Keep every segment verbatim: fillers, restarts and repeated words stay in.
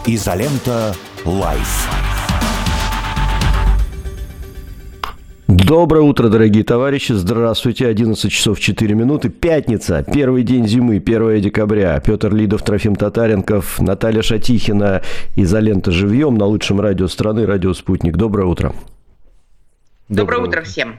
Изолента Лайф. Доброе утро, дорогие товарищи. Здравствуйте. одиннадцать часов четыре минуты. Пятница. Первый день зимы. первое декабря. Петр Лидов, Трофим Татаренков, Наталья Шатихина. Изолента живьем на лучшем радио страны. Радио «Спутник». Доброе утро. Доброе, Доброе утро всем.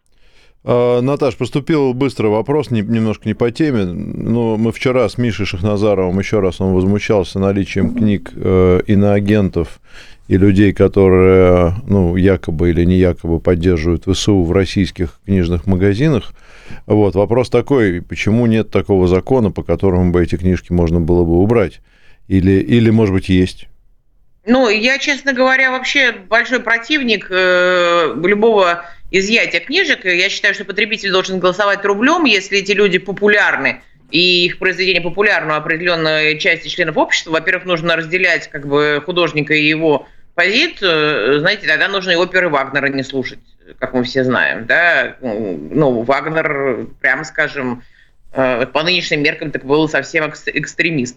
Наташ, поступил быстро вопрос, немножко не по теме, но мы вчера с Мишей Шахназаровым, еще раз он возмущался наличием книг иноагентов и людей, которые, ну, якобы или не якобы поддерживают ВСУ в российских книжных магазинах. Вот, вопрос такой, почему нет такого закона, по которому бы эти книжки можно было бы убрать? Или, или может быть, есть? Ну, я, честно говоря, вообще большой противник э, любого изъятия книжек. Я считаю, что потребитель должен голосовать рублем, если эти люди популярны, и их произведения популярны у определенной части членов общества. Во-первых, нужно разделять как бы художника и его позицию. Знаете, тогда нужно и оперы Вагнера не слушать, как мы все знаем. Да? Ну, Вагнер, прямо скажем, э, по нынешним меркам так был совсем экстремист.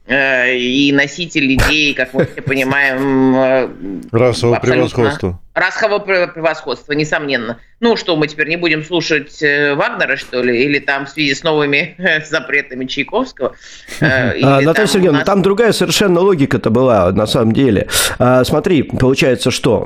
И носитель идей, как мы все понимаем... Расового превосходства. Расового превосходства, несомненно. Ну что, мы теперь не будем слушать Вагнера, что ли? Или там в связи с новыми запретами Чайковского? А, Наталья Сергеевна, нас... там другая совершенно логика-то была, на самом деле. А, смотри, получается, что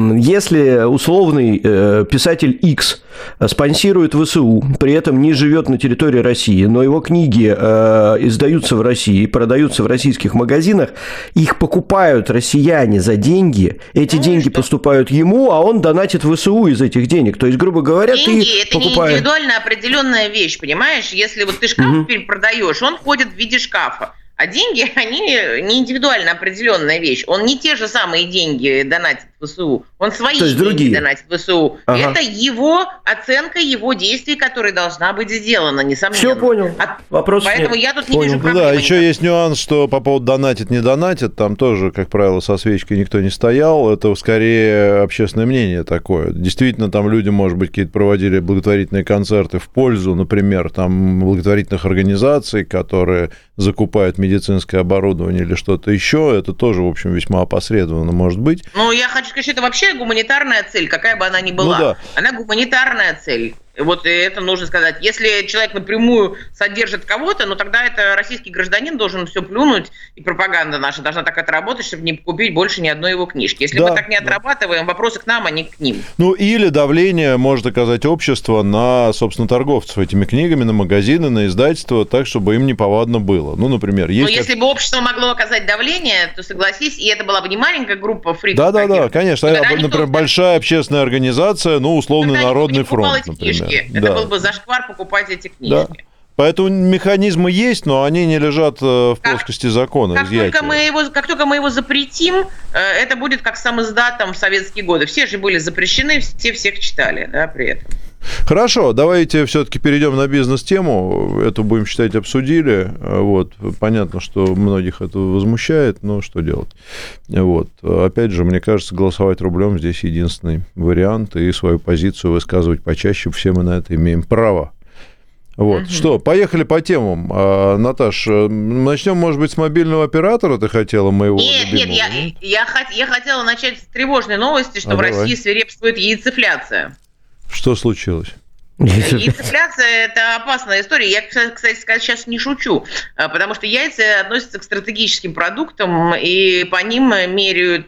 если условный э, писатель X спонсирует ВСУ, при этом не живет на территории России, но его книги э, издаются в России, продаются в российских магазинах, их покупают россияне за деньги, эти ну, деньги что? поступают ему, а он донатит ВСУ из этих денег. То есть, грубо говоря, деньги, ты это покупаешь... не индивидуально определенная вещь, понимаешь? Если вот ты шкаф угу. теперь продаешь, он входит в виде шкафа. А деньги, они не индивидуально определенная вещь. Он не те же самые деньги донатит в ВСУ. Он свои деньги другие. донатит в ВСУ. Ага. Это его оценка, его действий, которая должна быть сделана, несомненно. Все понял. А, Вопрос поэтому нет. я тут понял. не вижу проблемы. Ну да, еще есть нюанс, что по поводу донатит, не донатит, там тоже, как правило, со свечкой никто не стоял. Это скорее общественное мнение такое. Действительно, там люди, может быть, какие-то проводили благотворительные концерты в пользу, например, там благотворительных организаций, которые закупают медицинское оборудование или что-то еще. Это тоже, в общем, весьма опосредованно может быть. Ну, я хочу сказать, что это вообще гуманитарная цель, какая бы она ни была. Ну, да. Она гуманитарная цель. Вот это нужно сказать. Если человек напрямую содержит кого-то, ну тогда это российский гражданин должен все плюнуть, и пропаганда наша должна так отработать, чтобы не купить больше ни одной его книжки. Если да, мы так не отрабатываем, да. вопросы к нам, а не к ним. Ну или давление может оказать общество на, собственно, торговцев этими книгами, на магазины, на издательства, так, чтобы им неповадно было. Ну, например, есть... Но как... если бы общество могло оказать давление, то согласись, и это была бы не маленькая группа фриков. Да-да-да, конечно. Например, никто... большая общественная организация, ну, условно, Когда Народный фронт, например. Это да. был бы зашквар покупать эти книжки. Да. Поэтому механизмы есть, но они не лежат в плоскости как, закона. Как только, мы его, как только мы его запретим, это будет как сам издатом в советские годы. Все же были запрещены, все всех читали, да, при этом. Хорошо, давайте все-таки перейдем на бизнес-тему. Эту, будем считать, обсудили. Вот. Понятно, что многих это возмущает, но что делать? Вот. Опять же, мне кажется, голосовать рублем здесь единственный вариант, и свою позицию высказывать почаще. Все мы на это имеем право. Вот. Угу. Что, поехали по темам. А, Наташ, начнем, может быть, с мобильного оператора ты хотела моего Нет, любимого? нет, я, я, я хотела начать с тревожной новости, что а в давай. России свирепствует яйцефляция. Что случилось? Яйцефляция – это опасная история. Я, кстати сказать, сейчас не шучу, потому что яйца относятся к стратегическим продуктам, и по ним меряют,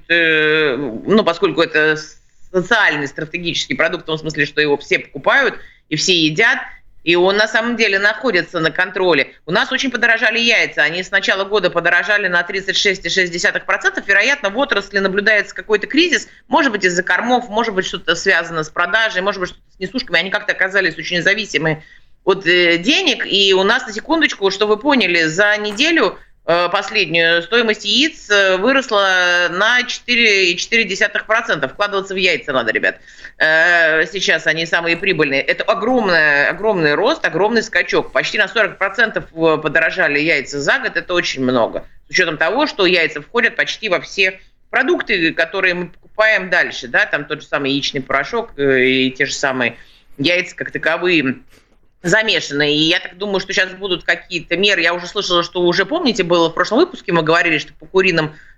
ну, поскольку это социальный стратегический продукт, в том смысле, что его все покупают и все едят, и он на самом деле находится на контроле. У нас очень подорожали яйца. Они с начала года подорожали на тридцать шесть целых шесть десятых процента. Вероятно, в отрасли наблюдается какой-то кризис. Может быть, из-за кормов, может быть, что-то связано с продажей, может быть, что-то с несушками. Они как-то оказались очень зависимы от э, денег. И у нас, на секундочку, что вы поняли, за неделю э, последнюю стоимость яиц выросла на четыре целых четыре десятых процента. Вкладываться в яйца надо, ребят. Э, сейчас они самые прибыльные. Это огромный, огромный рост, огромный скачок. Почти на сорок процентов подорожали яйца за год. Это очень много. С учетом того, что яйца входят почти во все продукты, которые мы покупаем дальше. Да? Там тот же самый яичный порошок и те же самые яйца как таковые замешаны. И я так думаю, что сейчас будут какие-то меры. Я уже слышала, что уже, помните, было в прошлом выпуске, мы говорили, что по куриным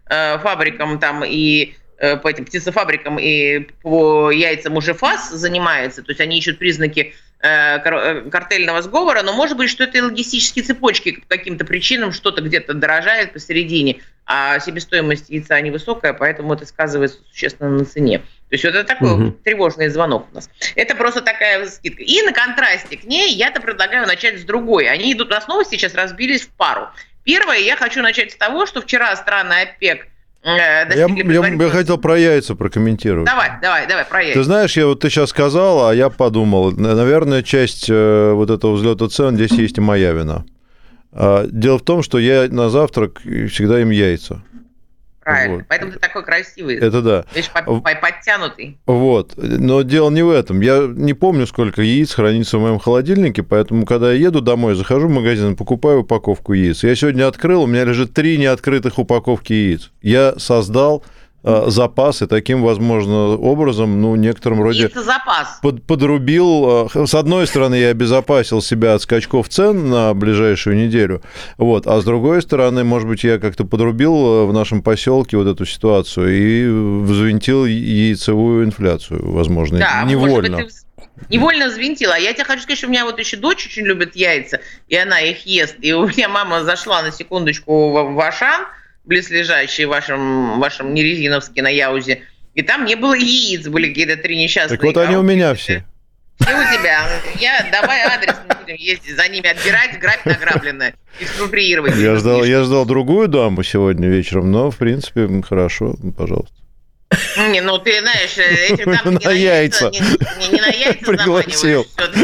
фабрикам там и по этим птицефабрикам и по яйцам уже ФАС занимается, то есть они ищут признаки картельного сговора, но может быть, что это и логистические цепочки по каким-то причинам, что-то где-то дорожает посередине, а себестоимость яйца невысокая, поэтому это сказывается существенно на цене. То есть вот это такой угу. тревожный звонок у нас. Это просто такая скидка. И на контрасте к ней я-то предлагаю начать с другой. Они идут, у нас новости сейчас разбились в пару. Первое, я хочу начать с того, что вчера страны ОПЕК Я, я, я хотел про яйца прокомментировать. Давай, давай, давай, про яйца. Ты знаешь, я вот ты сейчас сказал, а я подумал, наверное, часть вот этого взлета цен здесь есть и моя вина. Дело в том, что я на завтрак всегда ем яйца. Правильно, вот. Поэтому ты такой красивый. Это да. Видишь, подтянутый. Вот, но дело не в этом. Я не помню, сколько яиц хранится в моем холодильнике, поэтому, когда я еду домой, захожу в магазин, покупаю упаковку яиц. Я сегодня открыл, у меня лежит три неоткрытых упаковки яиц. Я создал э, запас, и таким, возможно, образом, ну, некотором роде... запас. Под, подрубил... Э, с одной стороны, я обезопасил себя от скачков цен на ближайшую неделю, вот, а с другой стороны, может быть, я как-то подрубил в нашем поселке вот эту ситуацию и взвинтил яйцевую инфляцию, возможно, да, невольно. Может быть, ты невольно взвинтила. А я тебе хочу сказать, что у меня вот еще дочь очень любит яйца, и она их ест. И у меня мама зашла на секундочку в Ашан, близлежащий в вашем, вашем Нерезиновске на Яузе, и там не было яиц, были какие-то три несчастные. Так вот они у меня все. Все у тебя. Я, давай адрес, мы будем ездить за ними, отбирать, грабить награбленное, экспроприировать. Я ждал, я ждал другую даму сегодня вечером, но, в принципе, хорошо, пожалуйста. Не, ну ты знаешь, этих там не на яйца. Не, не, не на яйца пригласил.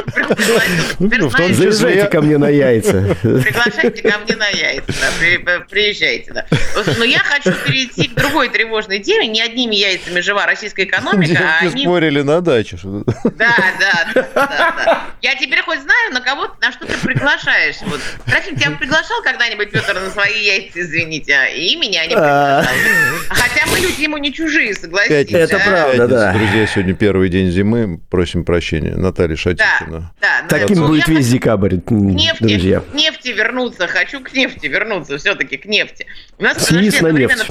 Пригласил. Заезжайте ко мне на яйца. Приглашайте ко мне на яйца, да, приезжайте, да. Но я хочу перейти к другой тревожной теме. Не одними яйцами жива российская экономика, а они... спорили на даче. Да, да, да, да. Я теперь хоть знаю, на кого, на что ты приглашаешь. Вот. Трофим, тебя приглашал когда-нибудь, Петр, на свои яйца, извините, а и меня не приглашал. Хотя мы люди ему не чужие, согласитесь. Это да? правда, Пятница, да. Друзья, сегодня первый день зимы. Просим прощения. Наталья Шатихина. Да, да. Таким Ну, будет весь декабрь, нефти, друзья. К нефти вернуться. Хочу к нефти вернуться. Все-таки к нефти. У нас Съезд на нефть.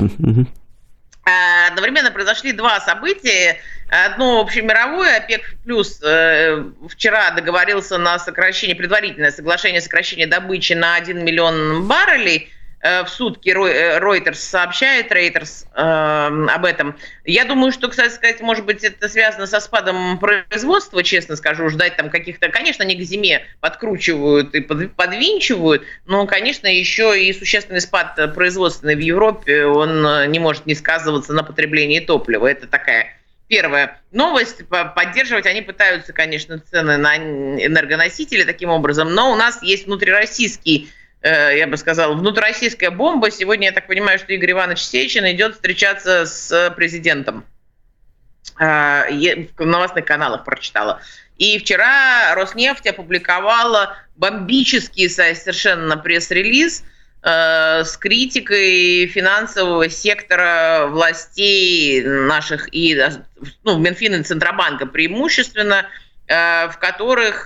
Одновременно произошли два события. Одно общемировое. ОПЕК плюс э, вчера договорился на сокращение, предварительное соглашение о сокращении добычи на один миллион баррелей. В сутки Reuters сообщает, Reuters э, об этом. Я думаю, что, кстати сказать, может быть, это связано со спадом производства, честно скажу, ждать там каких-то... Конечно, они к зиме подкручивают и подвинчивают, но, конечно, еще и существенный спад производственный в Европе, он не может не сказываться на потреблении топлива. Это такая первая новость. Поддерживать они пытаются, конечно, цены на энергоносители таким образом, но у нас есть внутрироссийский, я бы сказала, внутрироссийская бомба. Сегодня, я так понимаю, что Игорь Иванович Сечин идет встречаться с президентом. В новостных каналах прочитала. И вчера Роснефть опубликовала бомбический совершенно пресс-релиз с критикой финансового сектора властей наших и, ну, Минфина и Центробанка преимущественно, в которых,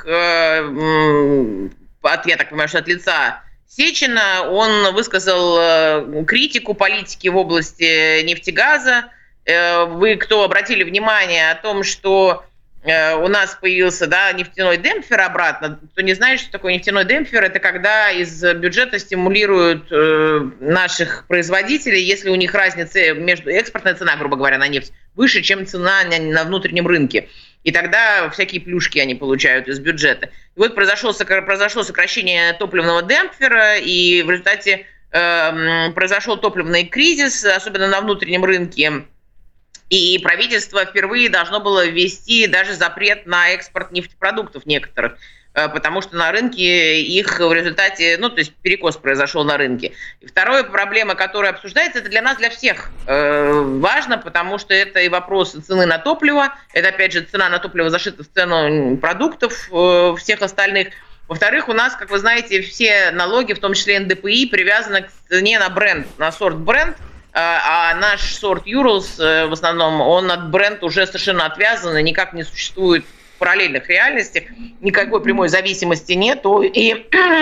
от, я так понимаю, что от лица Сечина, он высказал критику политики в области нефтегаза. Вы, кто обратили внимание о том, что у нас появился, да, нефтяной демпфер обратно, кто не знает, что такое нефтяной демпфер, это когда из бюджета стимулируют наших производителей, если у них разница между экспортная цена, грубо говоря, на нефть выше, чем цена на внутреннем рынке. И тогда всякие плюшки они получают из бюджета. И вот произошло, произошло сокращение топливного демпфера, и в результате э, произошел топливный кризис, особенно на внутреннем рынке. И правительство впервые должно было ввести даже запрет на экспорт нефтепродуктов некоторых, потому что на рынке их в результате, ну, то есть перекос произошел на рынке. И вторая проблема, которая обсуждается, это для нас, для всех э, важно, потому что это и вопросы цены на топливо, это, опять же, цена на топливо зашита в цену продуктов э, всех остальных. Во-вторых, у нас, как вы знаете, все налоги, в том числе эн дэ пэ и, привязаны к цене на бренд, на сорт бренд, а наш сорт Urals, в основном, он от бренд уже совершенно отвязан и никак не существует в параллельных реальностях, никакой прямой зависимости нету, и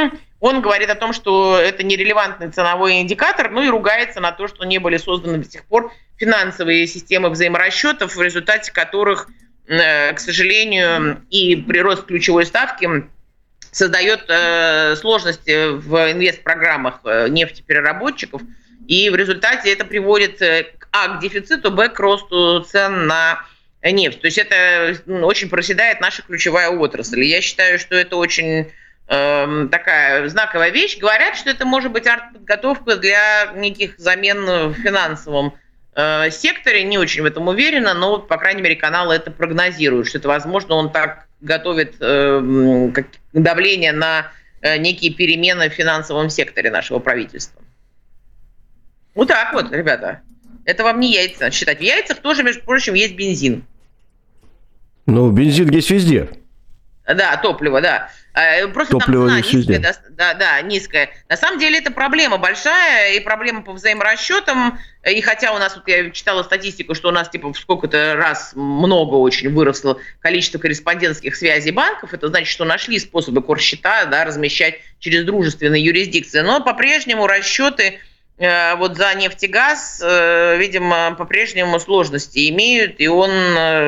Он говорит о том, что это нерелевантный ценовой индикатор, ну и ругается на то, что не были созданы до сих пор финансовые системы взаиморасчетов, в результате которых, к сожалению, и прирост ключевой ставки создает сложности в инвестпрограммах нефтепереработчиков, и в результате это приводит а, к дефициту, б, к росту цен на нефть. То есть это очень проседает наша ключевая отрасль. Я считаю, что это очень э, такая знаковая вещь. Говорят, что это может быть артподготовка для неких замен в финансовом э, секторе. Не очень в этом уверена, но, по крайней мере, каналы это прогнозируют, что это, возможно, он так готовит э, как, давление на э, некие перемены в финансовом секторе нашего правительства. Вот так вот, ребята. Это вам не яйца считать. В яйцах тоже, между прочим, есть бензин. Ну, бензин есть везде. Да, топливо, да. Просто топливо там есть цена низкая, везде. Да, да, низкая. На самом деле это проблема большая, и проблема по взаиморасчетам. И хотя у нас, вот я читала статистику, что у нас типа в сколько-то раз много очень выросло количество корреспондентских связей банков, это значит, что нашли способы корсчета, да, размещать через дружественные юрисдикции. Но по-прежнему расчеты вот за нефть и газ, видимо, по-прежнему сложности имеют, и он,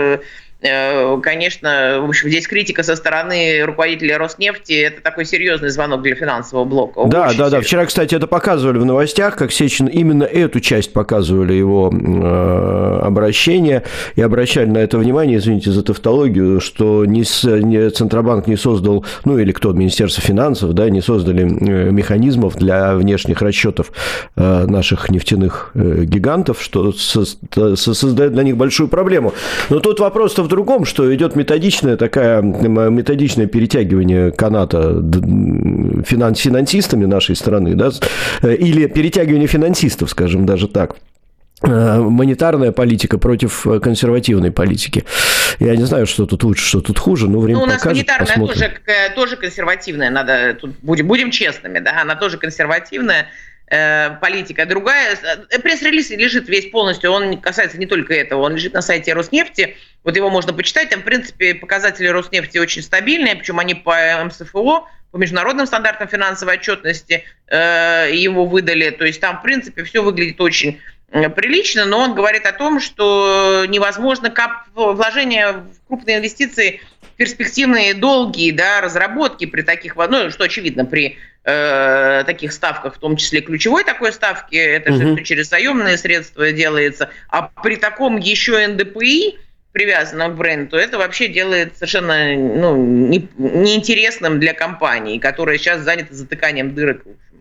конечно, в общем, здесь критика со стороны руководителя Роснефти, это такой серьезный звонок для финансового блока. Да, Очень да, серьезный. да. Вчера, кстати, это показывали в новостях, как Сечин именно эту часть показывали его э, обращения и обращали на это внимание, извините за тавтологию, что ни, ни Центробанк не создал, ну или кто, Министерство финансов, да, не создали механизмов для внешних расчетов э, наших нефтяных э, гигантов, что со, со, создает для них большую проблему. Но тут вопрос-то в другом, что идет методичное такая, методичное перетягивание каната финанс, финансистами нашей страны, да, или перетягивание финансистов, скажем даже так. Монетарная политика против консервативной политики. Я не знаю, что тут лучше, что тут хуже, но время ну, у нас покажет, монетарная посмотрим. тоже, тоже консервативная, надо тут будем, будем честными, да, она тоже консервативная. Политика. Другая, пресс-релиз лежит весь полностью, он касается не только этого, он лежит на сайте Роснефти, вот его можно почитать, там, в принципе, показатели Роснефти очень стабильные, причем они по эм эс эф о, по международным стандартам финансовой отчетности его выдали, то есть там, в принципе, все выглядит очень прилично, но он говорит о том, что невозможно кап- вложение в крупные инвестиции, перспективные долгие, да, разработки при таких, ну, что очевидно, при э, таких ставках, в том числе ключевой такой ставки, это же все через заемные средства делается, а при таком еще эн дэ пэ и, привязанном к бренду, это вообще делает совершенно ну, не, неинтересным для компании, которая сейчас занята затыканием дырок.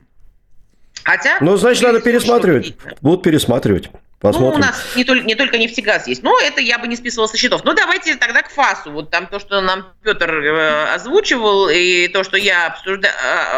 Хотя... Ну, значит, надо пересматривать. Будут пересматривать. Посмотрим. Ну, у нас не только, не только нефтегаз есть, но это я бы не списывала со счетов. Ну, давайте тогда к ФАСу. Вот там то, что нам Петр э, озвучивал, и то, что я обсужда...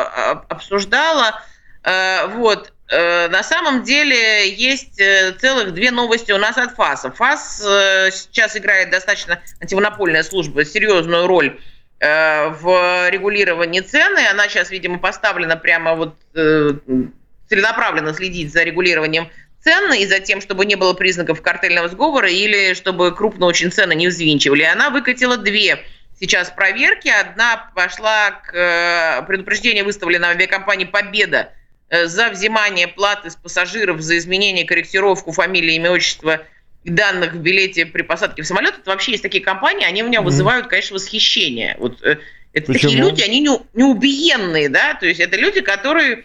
обсуждала. Э, вот. Э, на самом деле есть целых две новости у нас от ФАСа. ФАС э, сейчас играет достаточно, антимонопольная служба, серьезную роль э, в регулировании цены. Она сейчас, видимо, поставлена прямо вот э, целенаправленно следить за регулированием цен и за тем, чтобы не было признаков картельного сговора или чтобы крупно очень цены не взвинчивали. Она выкатила две сейчас проверки. Одна пошла к предупреждению, выставленного авиакомпанией «Победа» за взимание платы с пассажиров за изменение, корректировку фамилии, имя, отчества и данных в билете при посадке в самолет. Это вообще есть такие компании, они у меня вызывают, конечно, восхищение. Вот это Почему? Такие люди, они не, неубиенные, да, то есть это люди, которые,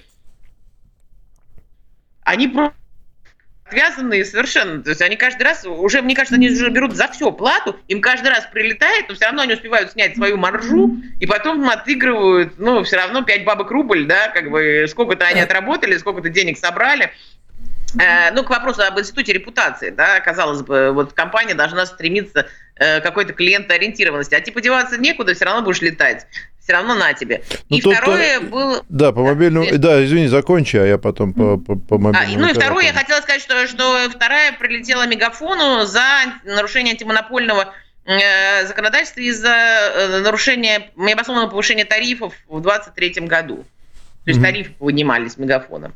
они просто отвязанные совершенно, то есть они каждый раз, уже, мне кажется, они уже берут за все плату, им каждый раз прилетает, но все равно они успевают снять свою маржу, и потом отыгрывают, ну, все равно пять бабок рубль, да, как бы, сколько-то они отработали, сколько-то денег собрали. Ну, к вопросу об институте репутации, да, казалось бы, вот компания должна стремиться к какой-то клиентоориентированности, а типа деваться некуда, все равно будешь летать. Все равно на тебе. Ну, и второе было... Да, по мобильному... Да, да, извини, закончи, а я потом по, по, по мобильному... А, ну и второе, я хотела сказать, что, что вторая прилетела Мегафону за нарушение антимонопольного э, законодательства из-за э, нарушения необоснованного повышения тарифов в двадцать третьем году. То есть mm-hmm. тарифы поднимались Мегафоном.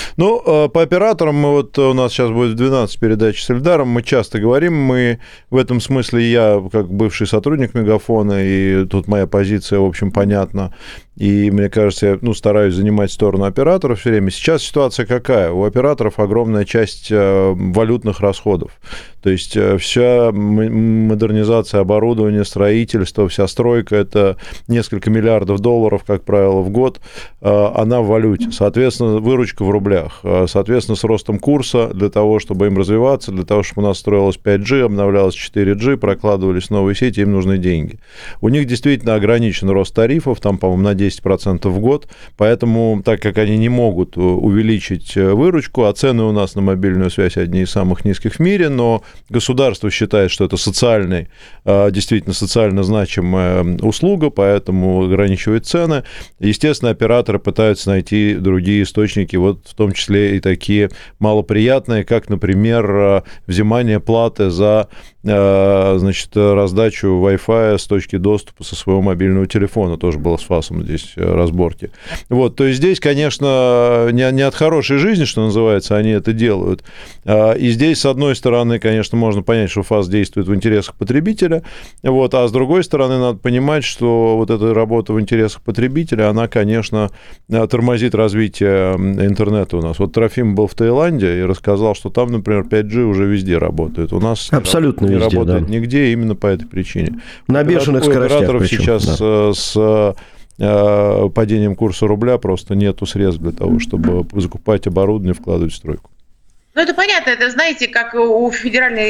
Ну, по операторам, мы вот у нас сейчас будет двенадцать передач с Эльдаром, мы часто говорим, мы в этом смысле, я как бывший сотрудник Мегафона, и тут моя позиция, в общем, понятна, и мне кажется, я ну, стараюсь занимать сторону операторов все время. Сейчас ситуация какая? У операторов огромная часть валютных расходов. То есть вся модернизация оборудования, строительство, вся стройка – это несколько миллиардов долларов, как правило, в год, она в валюте. Соответственно, выручка в рублях. Соответственно, с ростом курса для того, чтобы им развиваться, для того, чтобы у нас строилось пять джи, обновлялось четыре джи, прокладывались новые сети, им нужны деньги. У них действительно ограничен рост тарифов, там, по-моему, на десять процентов в год, поэтому, так как они не могут увеличить выручку, а цены у нас на мобильную связь одни из самых низких в мире, но государство считает, что это социальный, действительно социально значимая услуга, поэтому ограничивает цены. Естественно, операторы пытаются найти другие источники, вот в том числе и такие малоприятные, как, например, взимание платы за, значит, раздачу Wi-Fi с точки доступа со своего мобильного телефона. Тоже было с ФАСом здесь разборки. Вот, то есть здесь, конечно, не, не от хорошей жизни, что называется, они это делают. И здесь, с одной стороны, конечно, можно понять, что ФАС действует в интересах потребителя, вот, а с другой стороны, надо понимать, что вот эта работа в интересах потребителя, она, конечно, тормозит развитие интернета у нас. Вот Трофим был в Таиланде и рассказал, что там, например, пять джи уже везде работает. У нас абсолютно не везде, работает да. нигде именно по этой причине. На бешеных скоростях. У операторов причем, сейчас да. с падением курса рубля просто нету средств для того, чтобы закупать оборудование, вкладывать в стройку. Ну, это понятно, это, знаете, как у Федеральной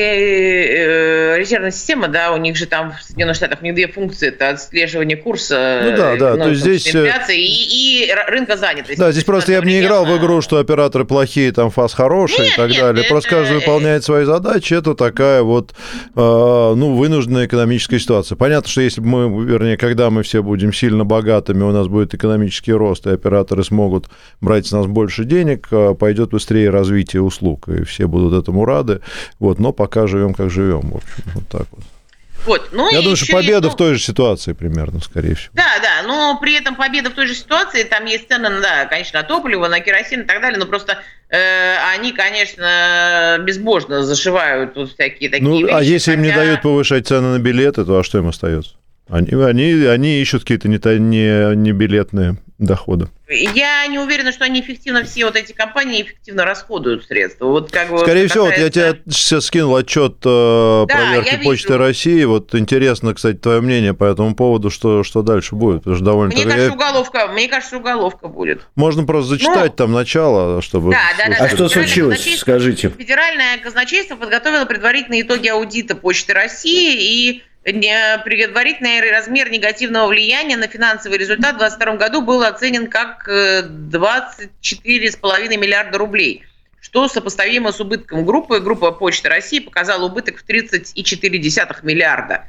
э, резервной системы, да, у них же там в Соединенных Штатах у них две функции, это отслеживание курса, ну, да, да, ну, то есть здесь инфляции и, и рынка занятости. Да, здесь просто я бы не играл в игру, что операторы плохие, там ФАС хороший нет, и так нет, далее. Это... Просто каждый выполняет свои задачи, это такая вот, э, ну, вынужденная экономическая ситуация. Понятно, что если бы мы, вернее, когда мы все будем сильно богатыми, у нас будет экономический рост, и операторы смогут брать с нас больше денег, пойдет быстрее развитие услуг. И все будут этому рады. Вот, но пока живем, как живем. В общем, вот так вот. Вот, ну Я думаю, что победа и, ну, в той же ситуации примерно, скорее всего. Да, да, но при этом победа в той же ситуации, там есть цены, да, конечно, на топливо, на керосин и так далее, но просто э, они, конечно, безбожно зашивают вот всякие такие ну, вещи. А если хотя... им не дают повышать цены на билеты, то а что им остается? Они, они, они ищут какие-то не, не, не билетные доходы. Я не уверена, что они эффективно, все вот эти компании эффективно расходуют средства. Вот как Скорее бы, всего, касается... вот я тебе сейчас скинул отчет э, да, проверки Почты России. Вот интересно, кстати, твое мнение по этому поводу, что, что дальше будет. Потому что довольно мне, кажется, уголовка, мне кажется, уголовка будет. Можно просто зачитать ну, там начало, чтобы... Да, да, да, а да, что случилось, скажите? Федеральное казначейство подготовило предварительные итоги аудита Почты России, и предварительный размер негативного влияния на финансовый результат в двадцать втором году был оценен как двадцать четыре целых пять десятых миллиарда рублей, что сопоставимо с убытком группы. Группа Почты России показала убыток в тридцать целых четыре десятых миллиарда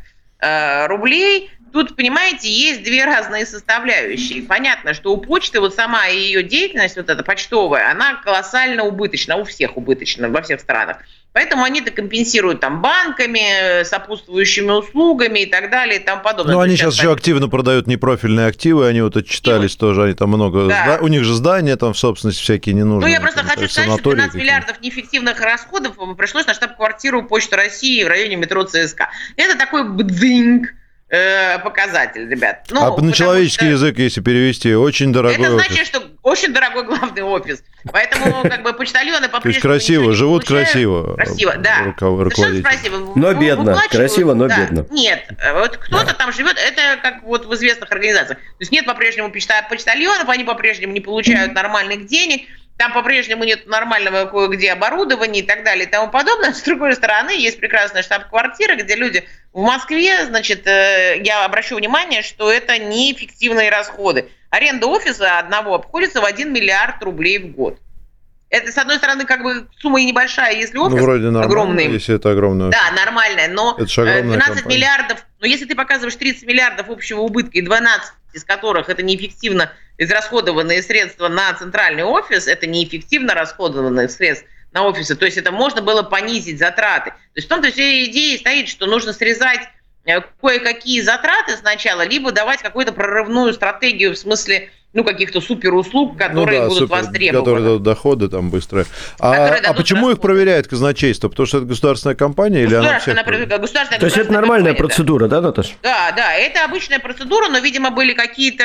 рублей. Тут, понимаете, есть две разные составляющие. Понятно, что у почты вот сама ее деятельность, вот эта почтовая, она колоссально убыточна, у всех убыточна, во всех странах. Поэтому они это компенсируют там банками, сопутствующими услугами и так далее и тому подобное. Ну, они сейчас еще активно продают непрофильные активы, они вот отчитались и тоже, они там много... Да. У них же здания там в собственности всякие ненужные. Ну, я просто хочу сказать, что двенадцать миллиардов неэффективных расходов пришлось на штаб-квартиру Почты России в районе метро ЦСКА. Это такой бдынг показатель, ребят. Ну, а на человеческий что... язык, если перевести, очень дорогой это офис. Это значит, что очень дорогой главный офис. Поэтому как бы почтальоны по-прежнему... То есть красиво, живут красиво. Красиво, да. Совершенно красиво. Но бедно, красиво, но да. бедно. Нет, вот кто-то да. там живет, это как вот в известных организациях. То есть нет по-прежнему почтальонов, они по-прежнему не получают нормальных денег, там по-прежнему нет нормального кое-где оборудования и так далее и тому подобное. С другой стороны, есть прекрасная штаб-квартира, где люди в Москве, значит, я обращу внимание, что это неэффективные расходы. Аренда офиса одного обходится в один миллиард рублей в год. Это, с одной стороны, как бы сумма и небольшая, если офис ну, вроде огромный. Если это огромный. Да, нормальная, но двенадцать миллиардов, но если ты показываешь тридцать миллиардов общего убытка и двенадцать из которых это неэффективно израсходованные средства на центральный офис, это неэффективно расходованные средства на офисы, то есть это можно было понизить затраты. То есть в том-то вся идея стоит, что нужно срезать кое-какие затраты сначала, либо давать какую-то прорывную стратегию в смысле ну, каких-то суперуслуг, которые ну, да, будут супер, востребованы. Которые дадут доходы там быстрые. А, а почему расходы. Их проверяет казначейство? Потому что это государственная компания? Или она всех... государственная То есть это нормальная процедура, да, Наташа? Да, да, это обычная процедура, но, видимо, были какие-то...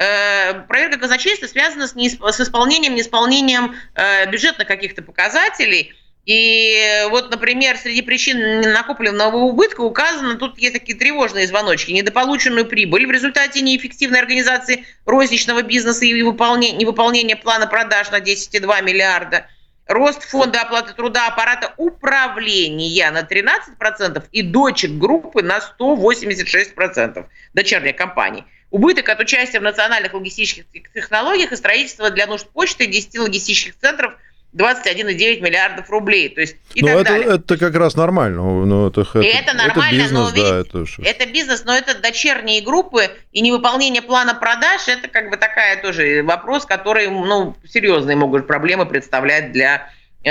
Э, проверка казначейства связана с, неисп... с исполнением, неисполнением э, бюджетных каких-то показателей. И вот, например, среди причин накопленного убытка указано, тут есть такие тревожные звоночки, недополученную прибыль в результате неэффективной организации розничного бизнеса и выполнения, невыполнения плана продаж на десять целых два миллиарда, рост фонда оплаты труда аппарата управления на тринадцать процентов и дочек группы на сто восемьдесят шесть процентов дочерних компаний. Убыток от участия в национальных логистических технологиях и строительства для нужд почты десяти логистических центров двадцать один целых девять миллиардов рублей. То есть, и так это, далее. Это как раз нормально. Ну, это, это, это нормально, это бизнес, но да, ведь это, это бизнес, но это дочерние группы, и невыполнение плана продаж, это как бы такая тоже вопрос, который, ну, серьезные могут проблемы представлять для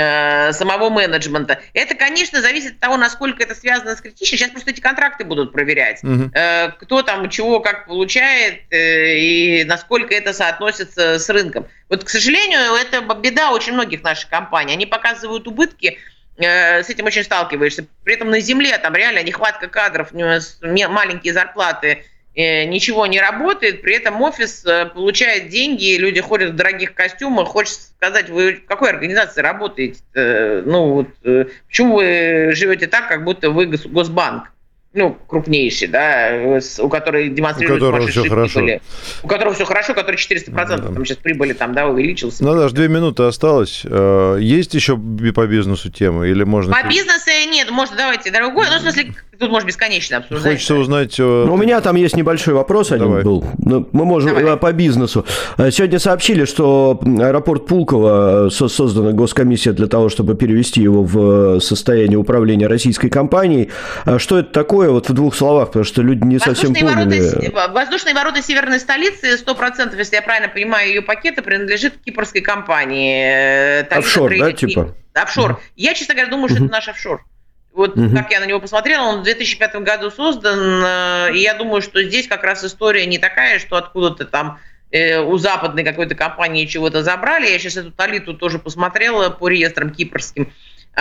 э, самого менеджмента. Это, конечно, зависит от того, насколько это связано с критичностью. Сейчас просто эти контракты будут проверять. Угу. Э, кто там чего как получает э, и насколько это соотносится с рынком. Вот, к сожалению, это беда очень многих наших компаний. Они показывают убытки, э, с этим очень сталкиваешься. При этом на земле там реально нехватка кадров, маленькие зарплаты, э, ничего не работает. При этом офис э, получает деньги, люди ходят в дорогих костюмах. Хочется сказать, вы в какой организации работаете? Э, ну, вот, э, почему вы живете так, как будто вы гос- Госбанк? Ну, крупнейший, да, у которой демонстрируют сумасшедшие прибыли. У которого все хорошо, у которого четыреста процентов да. там сейчас прибыли там, да, увеличился. Ну, даже две минуты осталось. Есть еще по бизнесу темы? Или можно... По бизнесу нет, можно, давайте, другой. Ну, в смысле, тут можно бесконечно обсуждать. Хочется узнать... Ну, у меня там есть небольшой вопрос один Давай. был. Мы можем Давай. по бизнесу. Сегодня сообщили, что аэропорт Пулково создана госкомиссия для того, чтобы перевести его в состояние управления российской компанией. Что это такое? Вот в двух словах, потому что люди не совсем поняли. Ворота, воздушные ворота северной столицы, сто процентов, если я правильно понимаю, ее пакета принадлежит кипрской компании. Офшор, да, типа? Офшор. Uh-huh. Я, честно говоря, думаю, что uh-huh. это наш офшор. Вот uh-huh. как я на него посмотрела, он в две тысячи пятом году создан, и я думаю, что здесь как раз история не такая, что откуда-то там э, у западной какой-то компании чего-то забрали. Я сейчас эту талиту тоже посмотрела по реестрам кипрским.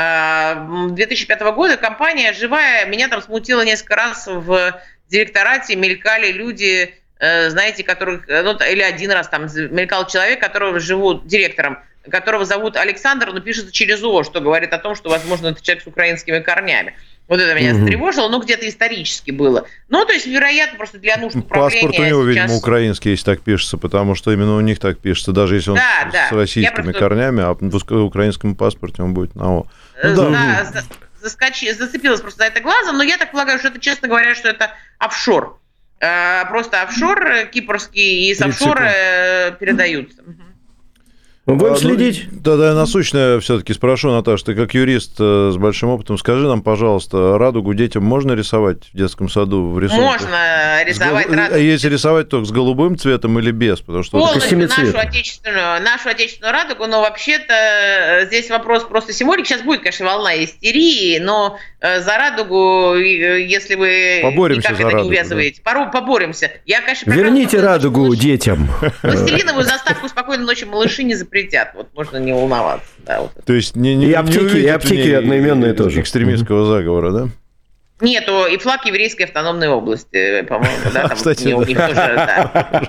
две тысячи пятого года компания живая, меня там смутило несколько раз в директорате, мелькали люди, знаете, которых, ну, или один раз там мелькал человек, которого живут директором, которого зовут Александр, но пишется через О, что говорит о том, что, возможно, это человек с украинскими корнями. Вот это меня угу. встревожило, но где-то исторически было. Ну, то есть, вероятно, просто для нужд управления... Паспорт у него, сейчас... видимо, украинский, если так пишется, потому что именно у них так пишется, даже если он да, с, да. с российскими просто... корнями, а в украинском паспорте он будет на О. Ну, да, да заскочи, зацепилась просто за это глазом, но я так полагаю, что это, честно говоря, что это офшор. Просто офшор кипрский, и с офшора передаются. Будем а, следить. Ну, тогда я насущное все-таки спрошу, Наташа, ты как юрист с большим опытом, скажи нам, пожалуйста, радугу детям можно рисовать в детском саду в рисунках? Можно рисовать гол... радугу. А если рисовать только с голубым цветом или без? Потому что полностью нашу отечественную, нашу отечественную радугу, но вообще-то здесь вопрос просто символики. Сейчас будет, конечно, волна истерии, но за радугу, если вы поборемся никак это радугу, не увязываете, да. поборемся. Я, конечно, верните радугу малыш... детям. Пластилиновую заставку «Спокойной ночи, малыши» не запретят. Вот можно не волноваться. Да, вот. То есть не, не, и аптеки, не и аптеки одноименные тоже. Экстремистского заговора, да? Нету, и флаг еврейской автономной области, по-моему, да, там кстати, у них тоже, да.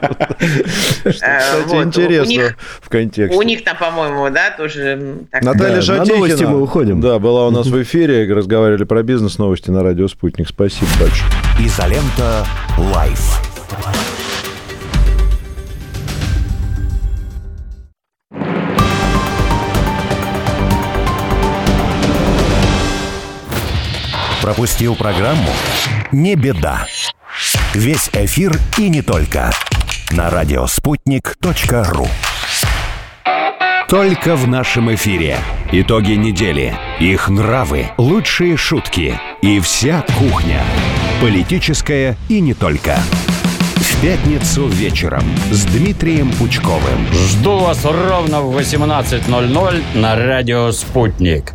Кстати, интересно в контексте. У них там, по-моему, да, тоже... Наталья Шатейкина, мы уходим. Да, была у нас в эфире, разговаривали про бизнес-новости на радио «Спутник». Спасибо большое. Изолента Лайф. Пропустил программу? Не беда. Весь эфир и не только. На радиоспутник точка ру. Только в нашем эфире. Итоги недели. Их нравы, лучшие шутки и вся кухня. Политическая и не только. В пятницу вечером с Дмитрием Пучковым. Жду вас ровно в восемнадцать ноль ноль на радио «Спутник».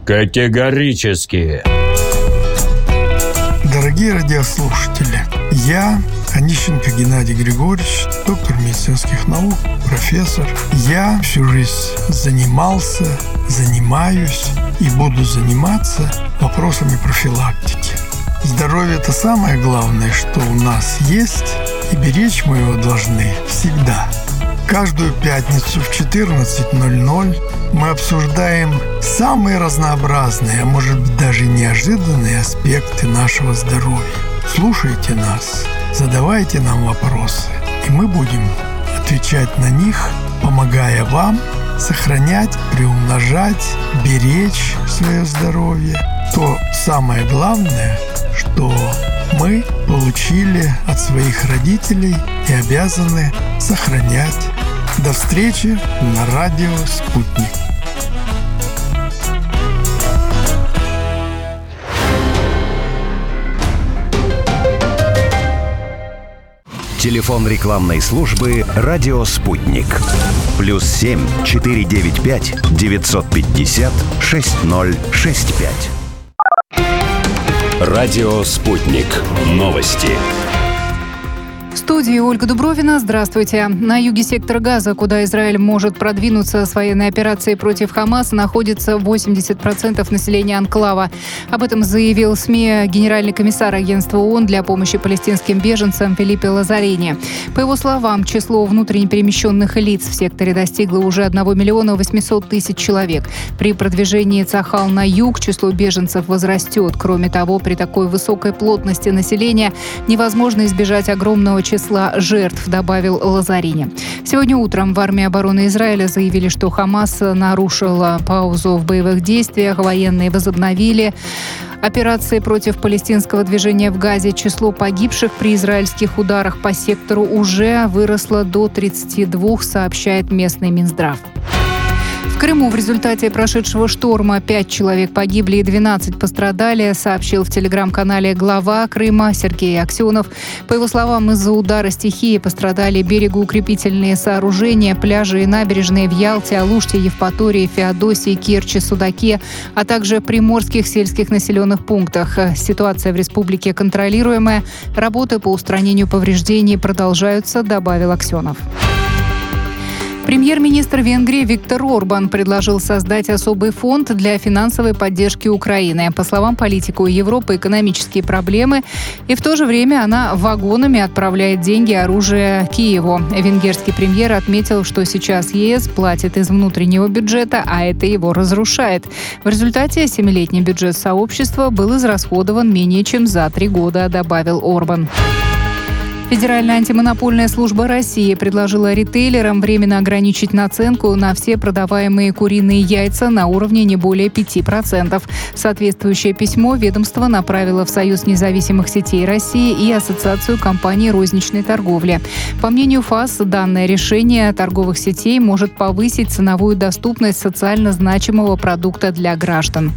Категорически. Дорогие радиослушатели, я, Онищенко Геннадий Григорьевич, доктор медицинских наук, профессор. Я всю жизнь занимался, занимаюсь и буду заниматься вопросами профилактики. Здоровье – это самое главное, что у нас есть, и беречь мы его должны всегда. Каждую пятницу в четырнадцать ноль ноль мы обсуждаем самые разнообразные, а может быть даже неожиданные аспекты нашего здоровья. Слушайте нас, задавайте нам вопросы, и мы будем отвечать на них, помогая вам сохранять, приумножать, беречь свое здоровье. То самое главное, что мы получили от своих родителей и обязаны сохранять. До встречи на радио «Спутник». Телефон рекламной службы «Радио Спутник». Плюс семь четыре девять пять девятьсот пятьдесят шесть ноль шесть пять. Радио «Спутник». Новости. В студии Ольга Дубровина. Здравствуйте. На юге сектора Газа, куда Израиль может продвинуться с военной операцией против Хамаса, находится восемьдесят процентов населения анклава. Об этом заявил СМИ генеральный комиссар Агентства ООН для помощи палестинским беженцам Филиппе Лазарини. По его словам, число внутренне перемещенных лиц в секторе достигло уже одного миллиона восьмисот тысяч человек. При продвижении Цахал на юг число беженцев возрастет. Кроме того, при такой высокой плотности населения невозможно избежать огромного числа жертв, добавил Лазарини. Сегодня утром в армии обороны Израиля заявили, что Хамас нарушил паузу в боевых действиях, военные возобновили операции против палестинского движения в Газе. Число погибших при израильских ударах по сектору уже выросло до тридцати двух, сообщает местный Минздрав. В Крыму в результате прошедшего шторма пять человек погибли и двенадцать пострадали, сообщил в телеграм-канале глава Крыма Сергей Аксенов. По его словам, из-за удара стихии пострадали берегоукрепительные сооружения, пляжи и набережные в Ялте, Алуште, Евпатории, Феодосии, Керчи, Судаке, а также приморских сельских населенных пунктах. Ситуация в республике контролируемая. Работы по устранению повреждений продолжаются, добавил Аксенов. Премьер-министр Венгрии Виктор Орбан предложил создать особый фонд для финансовой поддержки Украины. По словам политика, у Европы экономические проблемы, и в то же время она вагонами отправляет деньги и оружие Киеву. Венгерский премьер отметил, что сейчас ЕС платит из внутреннего бюджета, а это его разрушает. В результате семилетний бюджет сообщества был израсходован менее чем за три года, добавил Орбан. Федеральная антимонопольная служба России предложила ритейлерам временно ограничить наценку на все продаваемые куриные яйца на уровне не более пяти процентов. Соответствующее письмо ведомство направило в Союз независимых сетей России и Ассоциацию компаний розничной торговли. По мнению ФАС, данное решение торговых сетей может повысить ценовую доступность социально значимого продукта для граждан.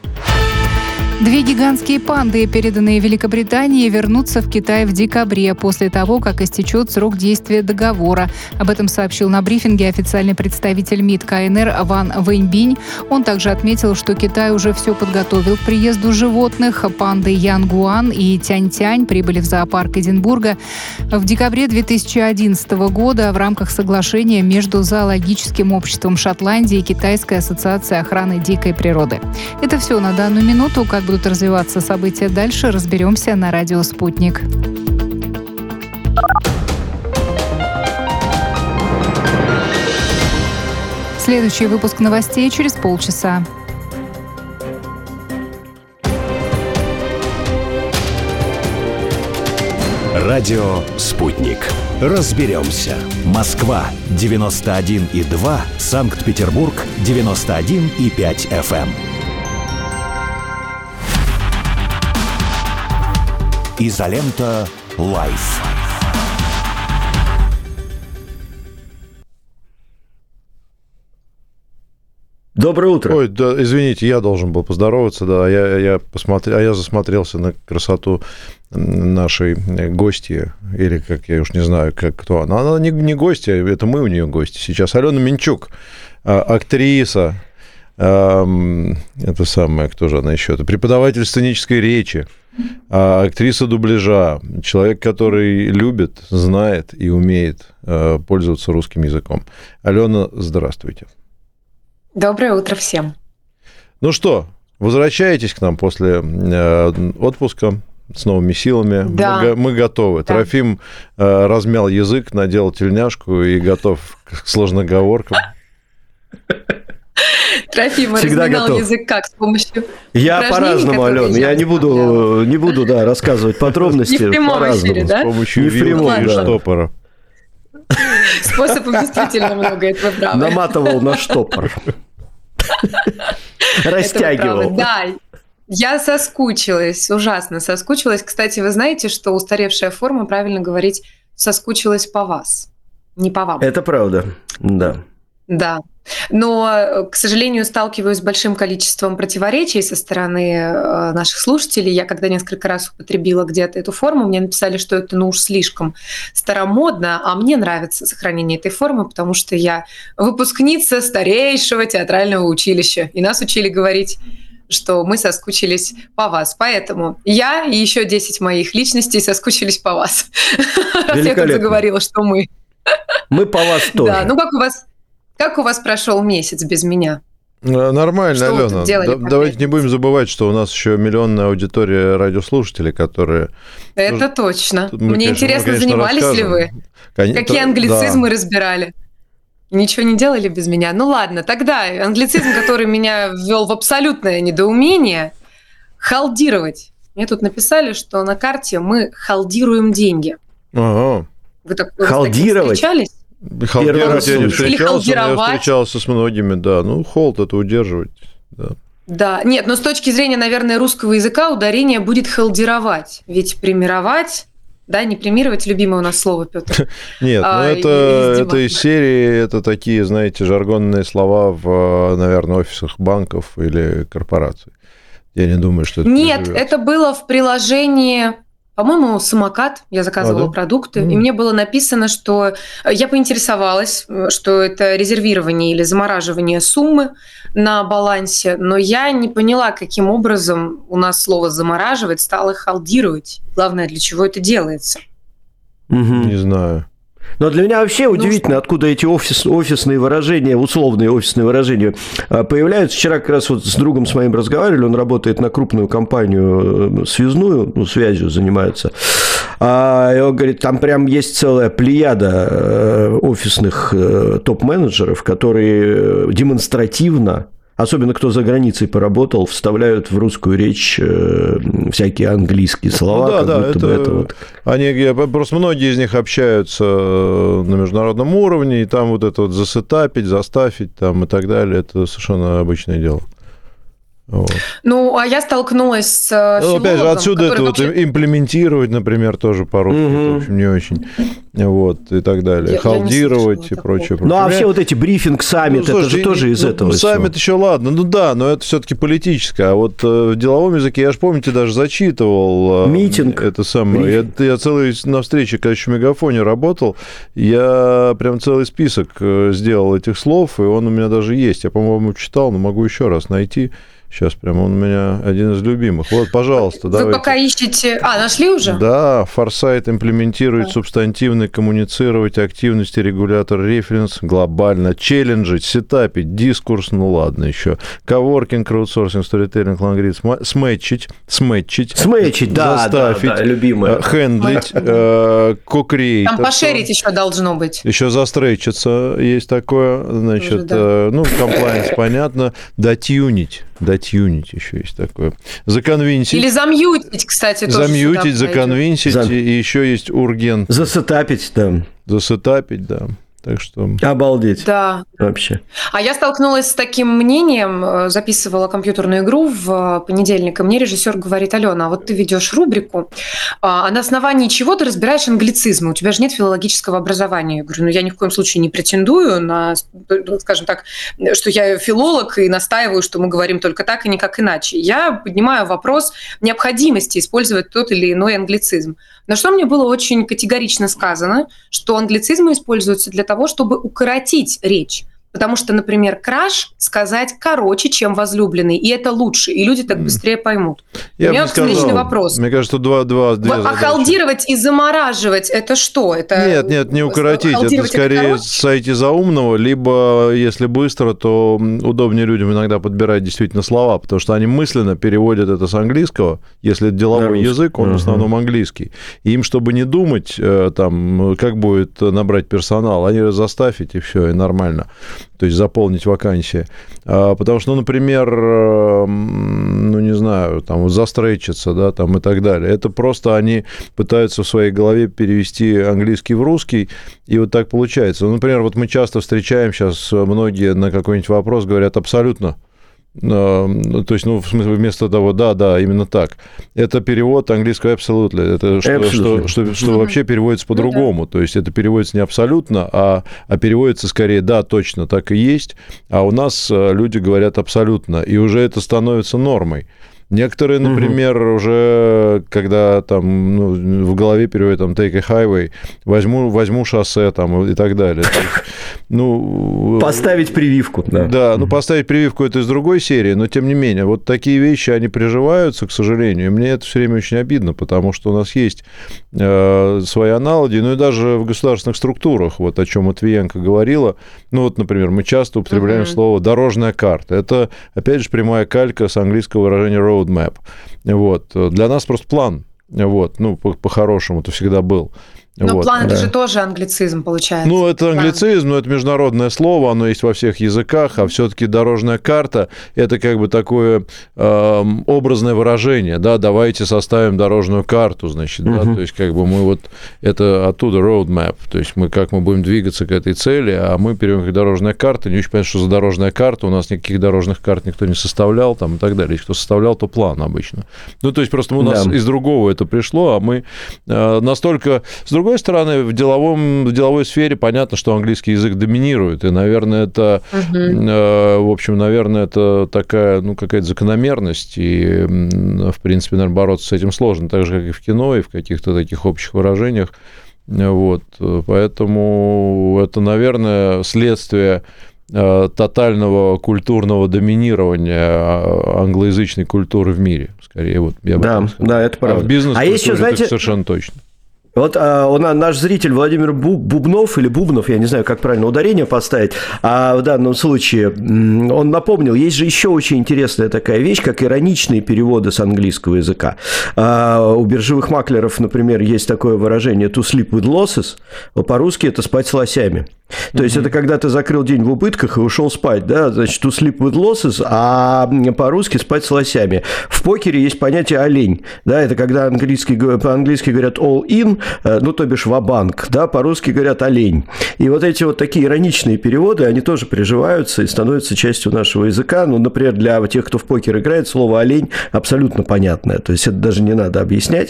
Две гигантские панды, переданные Великобритании, вернутся в Китай в декабре, после того, как истечет срок действия договора. Об этом сообщил на брифинге официальный представитель МИД КНР Ван Вэньбинь. Он также отметил, что Китай уже все подготовил к приезду животных. Панды Янгуан и Тянь-Тянь прибыли в зоопарк Эдинбурга в декабре две тысячи одиннадцатого года в рамках соглашения между Зоологическим обществом Шотландии и Китайской ассоциацией охраны дикой природы. Это все на данную минуту. Как будут развиваться события дальше, разберемся на радио «Спутник». Следующий выпуск новостей через полчаса. Радио «Спутник». Разберемся. Москва девяносто один и два, Санкт-Петербург девяносто один и пять эф эм. Изолента Лайф. Доброе утро. Ой, да, извините, я должен был поздороваться, да, я, я посмотрел, а я засмотрелся на красоту нашей гости, или как я уж не знаю, как кто она. Она не, не гостья, это мы у нее гости сейчас. Алена Минчук, актриса, это самое, кто же она еще? Это преподаватель сценической речи. А актриса дубляжа, человек, который любит, знает и умеет пользоваться русским языком. Алена, здравствуйте. Доброе утро всем. Ну что, возвращаетесь к нам после отпуска с новыми силами? Да. Мы, мы готовы. Да. Трофим размял язык, наделал тельняшку и готов к сложноговоркам. Трофим разминал язык как? С помощью Я по-разному, Алена. Я не буду, не буду да, рассказывать подробности. Не в прямом эфире, да? С помощью вилки и штопора. Способов действительно много, это вы правы. Наматывал на штопор. Растягивал. Да, я соскучилась, ужасно соскучилась. Кстати, вы знаете, что устаревшая форма, правильно говорить, соскучилась по вас, не по вам. Это правда, да. Да. Но, к сожалению, сталкиваюсь с большим количеством противоречий со стороны наших слушателей. Я когда несколько раз употребила где-то эту форму, мне написали, что это ну уж слишком старомодно, а мне нравится сохранение этой формы, потому что я выпускница старейшего театрального училища, и нас учили говорить, что мы соскучились по вас. Поэтому я и еще десять моих личностей соскучились по вас. Раз я тут заговорила, что мы. Мы по вас тоже. Да, ну как у вас... Как у вас прошел месяц без меня? Нормально, что Алена. Да, давайте не будем забывать, что у нас еще миллионная аудитория радиослушателей, которые... Это ну, точно. Мы, Мне конечно, интересно, мы, конечно, занимались расскажем. ли вы? Конечно, Какие англицизмы да. разбирали? Ничего не делали без меня? Ну ладно, тогда англицизм, который меня ввел в абсолютное недоумение, халдировать. Мне тут написали, что на карте мы халдируем деньги. Ага. Вы так халдировать? встречались? Халдировать я не встречался, но я встречался с многими, да. Ну, холд это удерживать, да. Да, нет, но с точки зрения, наверное, русского языка ударение будет халдировать. Ведь премировать, да, не премировать, любимое у нас слово, Петр. Нет, ну это, это из серии, это такие, знаете, жаргонные слова в, наверное, офисах банков или корпораций. Я не думаю, что это Нет, это было в приложении... По-моему, самокат, я заказывала а, да? продукты, mm. и мне было написано, что я поинтересовалась, что это резервирование или замораживание суммы на балансе, но я не поняла, каким образом у нас слово «замораживать» стало халдировать. Главное, для чего это делается. Mm-hmm. Не знаю. Но для меня вообще ну, удивительно, что? откуда эти офис, офисные выражения, условные офисные выражения появляются. Вчера как раз вот с другом с моим разговаривали, он работает на крупную компанию связную, ну, связью занимается. И он говорит, там прям есть целая плеяда офисных топ-менеджеров, которые демонстративно, особенно кто за границей поработал, вставляют в русскую речь э, всякие английские слова. Ну, да, как да, будто это, бы это вот... они, просто многие из них общаются на международном уровне, и там вот это вот засетапить, заставить там, и так далее, это совершенно обычное дело. Вот. Ну, а я столкнулась с филологом, опять же, отсюда это вообще... вот имплементировать, например, тоже по-русски, mm-hmm. в общем, не очень, вот, и так далее. Я, Халдировать я и прочее. Ну, а все вот эти брифинг, саммит, ну, это же тоже из ну, этого. Саммит еще ладно, ну да, но это все-таки политическое. А вот в деловом языке, я же, помните, даже зачитывал... Митинг. Это самое. Я, я целый, на встрече, когда еще в Мегафоне работал, я прям целый список сделал этих слов, и он у меня даже есть. Я, по-моему, читал, но могу еще раз найти. Сейчас прям он у меня один из любимых. Вот, пожалуйста, Вы давайте. пока ищете... А, нашли уже? Да, форсайт имплементирует да. субстантивный, коммуницировать, активности, регулятор, референс, глобально, челленджить, сетапить, дискурс, ну ладно еще, коворкинг, краудсорсинг, сторителлинг, лонгрид, смэтчить, смэтчить. Смэтчить, да, заставить, да, да, любимое. Хендлить, э, кокреить. Там пошерить еще должно быть. Еще застречиться есть такое, значит, тоже, да. э, ну, комплайнс, понятно, дотюнить. Дотюнить еще есть такое. Законвинсить. Или замьютить, кстати, тоже. Замьютить, законвинсить. Зам... И еще есть ургент. Засетапить, да. Засетапить, да. Так что... Обалдеть. Да. Вообще. А я столкнулась с таким мнением, записывала компьютерную игру в понедельник, и мне режиссер говорит: Алена, а вот ты ведешь рубрику, а на основании чего ты разбираешь англицизмы? У тебя же нет филологического образования. Я говорю, ну я ни в коем случае не претендую на, скажем так, что я филолог и настаиваю, что мы говорим только так и никак иначе. Я поднимаю вопрос необходимости использовать тот или иной англицизм. На что мне было очень категорично сказано, что англицизмы используются для того, чтобы укоротить речь. Потому что, например, краш сказать короче, чем возлюбленный, и это лучше, и люди так быстрее поймут. Я У меня встречный сказал, вопрос. Мне кажется, два, два, две задачи. Охалдировать и замораживать – это что? Это нет, нет, не укоротить. Это скорее сойти за умного, либо, если быстро, то удобнее людям иногда подбирать действительно слова, потому что они мысленно переводят это с английского. Если это деловой язык, он uh-huh. в основном английский. И им, чтобы не думать, там, как будет набрать персонал, они заставить, и все, и нормально. То есть заполнить вакансии. Потому что, ну, например, ну, не знаю, там, вот застречиться, да, там, и так далее. Это просто они пытаются в своей голове перевести английский в русский, и вот так получается. Ну, например, вот мы часто встречаем сейчас, многие на какой-нибудь вопрос говорят абсолютно. То есть, ну, в смысле, вместо того, да, да, именно так. Это перевод английского absolutely. Это что, что, что, что mm-hmm. вообще переводится по-другому. Mm-hmm. То есть, это переводится не абсолютно, а, а переводится скорее, да, точно, так и есть. А у нас люди говорят абсолютно, и уже это становится нормой. Некоторые, например, угу. уже, когда там ну, в голове переводят там take a highway, возьму, возьму шоссе там, и так далее. То есть, ну, поставить прививку. Да, да ну, поставить прививку – это из другой серии, но тем не менее, вот такие вещи, они приживаются, к сожалению, и мне это все время очень обидно, потому что у нас есть э, свои аналоги, ну и даже в государственных структурах, вот о чем Матвиенко говорила, ну вот, например, мы часто употребляем угу. слово «дорожная карта». Это, опять же, прямая калька с английского выражения road roadmap. Вот. Для нас просто план. Вот. Ну, по-хорошему, это всегда был. Но вот. план – это да. же тоже англицизм, получается. Ну, это план. англицизм, но это международное слово, оно есть во всех языках, а все-таки дорожная карта – это как бы такое э, образное выражение, да, давайте составим дорожную карту, значит, uh-huh. да, то есть как бы мы вот, это оттуда roadmap, то есть мы как мы будем двигаться к этой цели, а мы берем как дорожная карта, не очень понятно, что за дорожная карта, у нас никаких дорожных карт никто не составлял, там, и так далее, если кто составлял, то план обычно. Ну, то есть просто у нас да. из другого это пришло, а мы э, настолько, с другой С другой стороны, в, деловом, в деловой сфере понятно, что английский язык доминирует, и, наверное, это, uh-huh. э, в общем, наверное, это такая, ну, какая-то закономерность, и, в принципе, наверное, бороться с этим сложно, так же, как и в кино, и в каких-то таких общих выражениях, вот, поэтому это, наверное, следствие тотального культурного доминирования англоязычной культуры в мире, скорее, вот я бы да, так сказал. Да, это правда. А в бизнес-культуре а еще, знаете... это совершенно точно. Вот а, он, наш зритель Владимир Бубнов или Бубнов, я не знаю, как правильно ударение поставить, а в данном случае он напомнил, есть же еще очень интересная такая вещь, как ироничные переводы с английского языка. А, у биржевых маклеров, например, есть такое выражение to sleep with losses, по-русски это спать с лосями. То mm-hmm. есть это когда ты закрыл день в убытках и ушел спать, да, значит, to sleep with losses, а по-русски спать с лосями. В покере есть понятие олень, да, это когда английский, по-английски говорят all in, ну, то бишь ва-банк, да, по-русски говорят олень. И вот эти вот такие ироничные переводы, они тоже приживаются и становятся частью нашего языка. Ну, например, для тех, кто в покер играет, слово олень абсолютно понятное, то есть это даже не надо объяснять.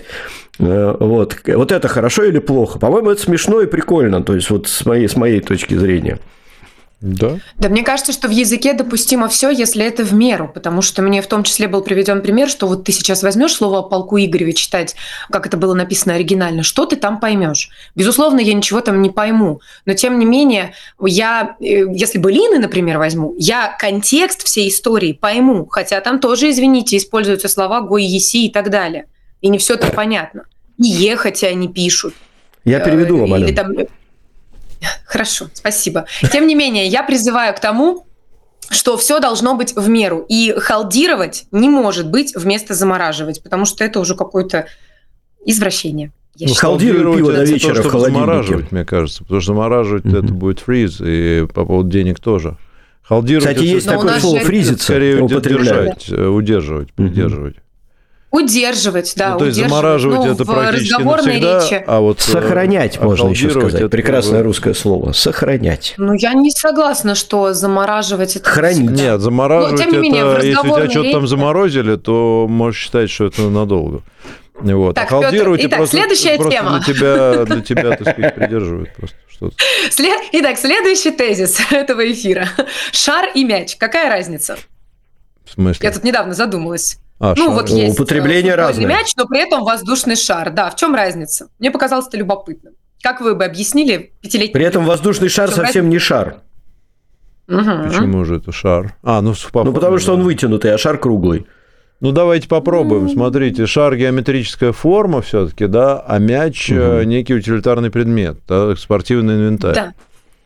Вот. Вот это хорошо или плохо? По-моему, это смешно и прикольно, то есть вот с моей, с моей точки зрения. Да. Да, мне кажется, что в языке допустимо все, если это в меру, потому что мне в том числе был приведен пример, что вот ты сейчас возьмешь слово о полку Игореве читать, как это было написано оригинально, что ты там поймешь? Безусловно, я ничего там не пойму, но тем не менее, я, если былины, например, возьму, я контекст всей истории пойму, хотя там тоже, извините, используются слова гой, еси и так далее, и не все там понятно. И е, хотя они пишут. Я переведу вам, Или там... Хорошо, спасибо. Тем не менее, я призываю к тому, что все должно быть в меру. И халдировать не может быть вместо замораживать, потому что это уже какое-то извращение. Ну, халдировать пиво до вечера в холодильнике. Замораживать, мне кажется, потому что замораживать mm-hmm. это будет фриз, и по поводу денег тоже. Халдировать Кстати, есть такое слово фризиться. Скорее удержать, удерживать, придерживать. Удерживать, да, ну, то есть удерживать. замораживать ну, это практически навсегда, речи. А вот сохранять а можно еще сказать. Это прекрасное было... русское слово. Сохранять. Ну, я не согласна, что замораживать это хранить. всегда. Нет, замораживать ну, тем не менее, это, если у тебя что-то речи... там заморозили, то можешь считать, что это надолго. Вот. Так, а халдировать Петр, итак, просто, следующая просто тема. Для тебя, для тебя, так сказать, придерживают просто что-то. След... Итак, следующий тезис этого эфира. Шар и мяч. Какая разница? В смысле? Я тут недавно задумалась. А, ну, шар. вот есть употребление разное. мяч, но при этом воздушный шар. Да, в чем разница? Мне показалось это любопытным. Как вы бы объяснили пятилетнему? При этом воздушный шар совсем разница? Не шар. Угу. Почему же это шар? А, ну, ну потому что он вытянутый, а шар круглый. Ну, давайте попробуем. Смотрите, шар геометрическая форма все-таки, да, а мяч угу. некий утилитарный предмет, да, спортивный инвентарь. Да.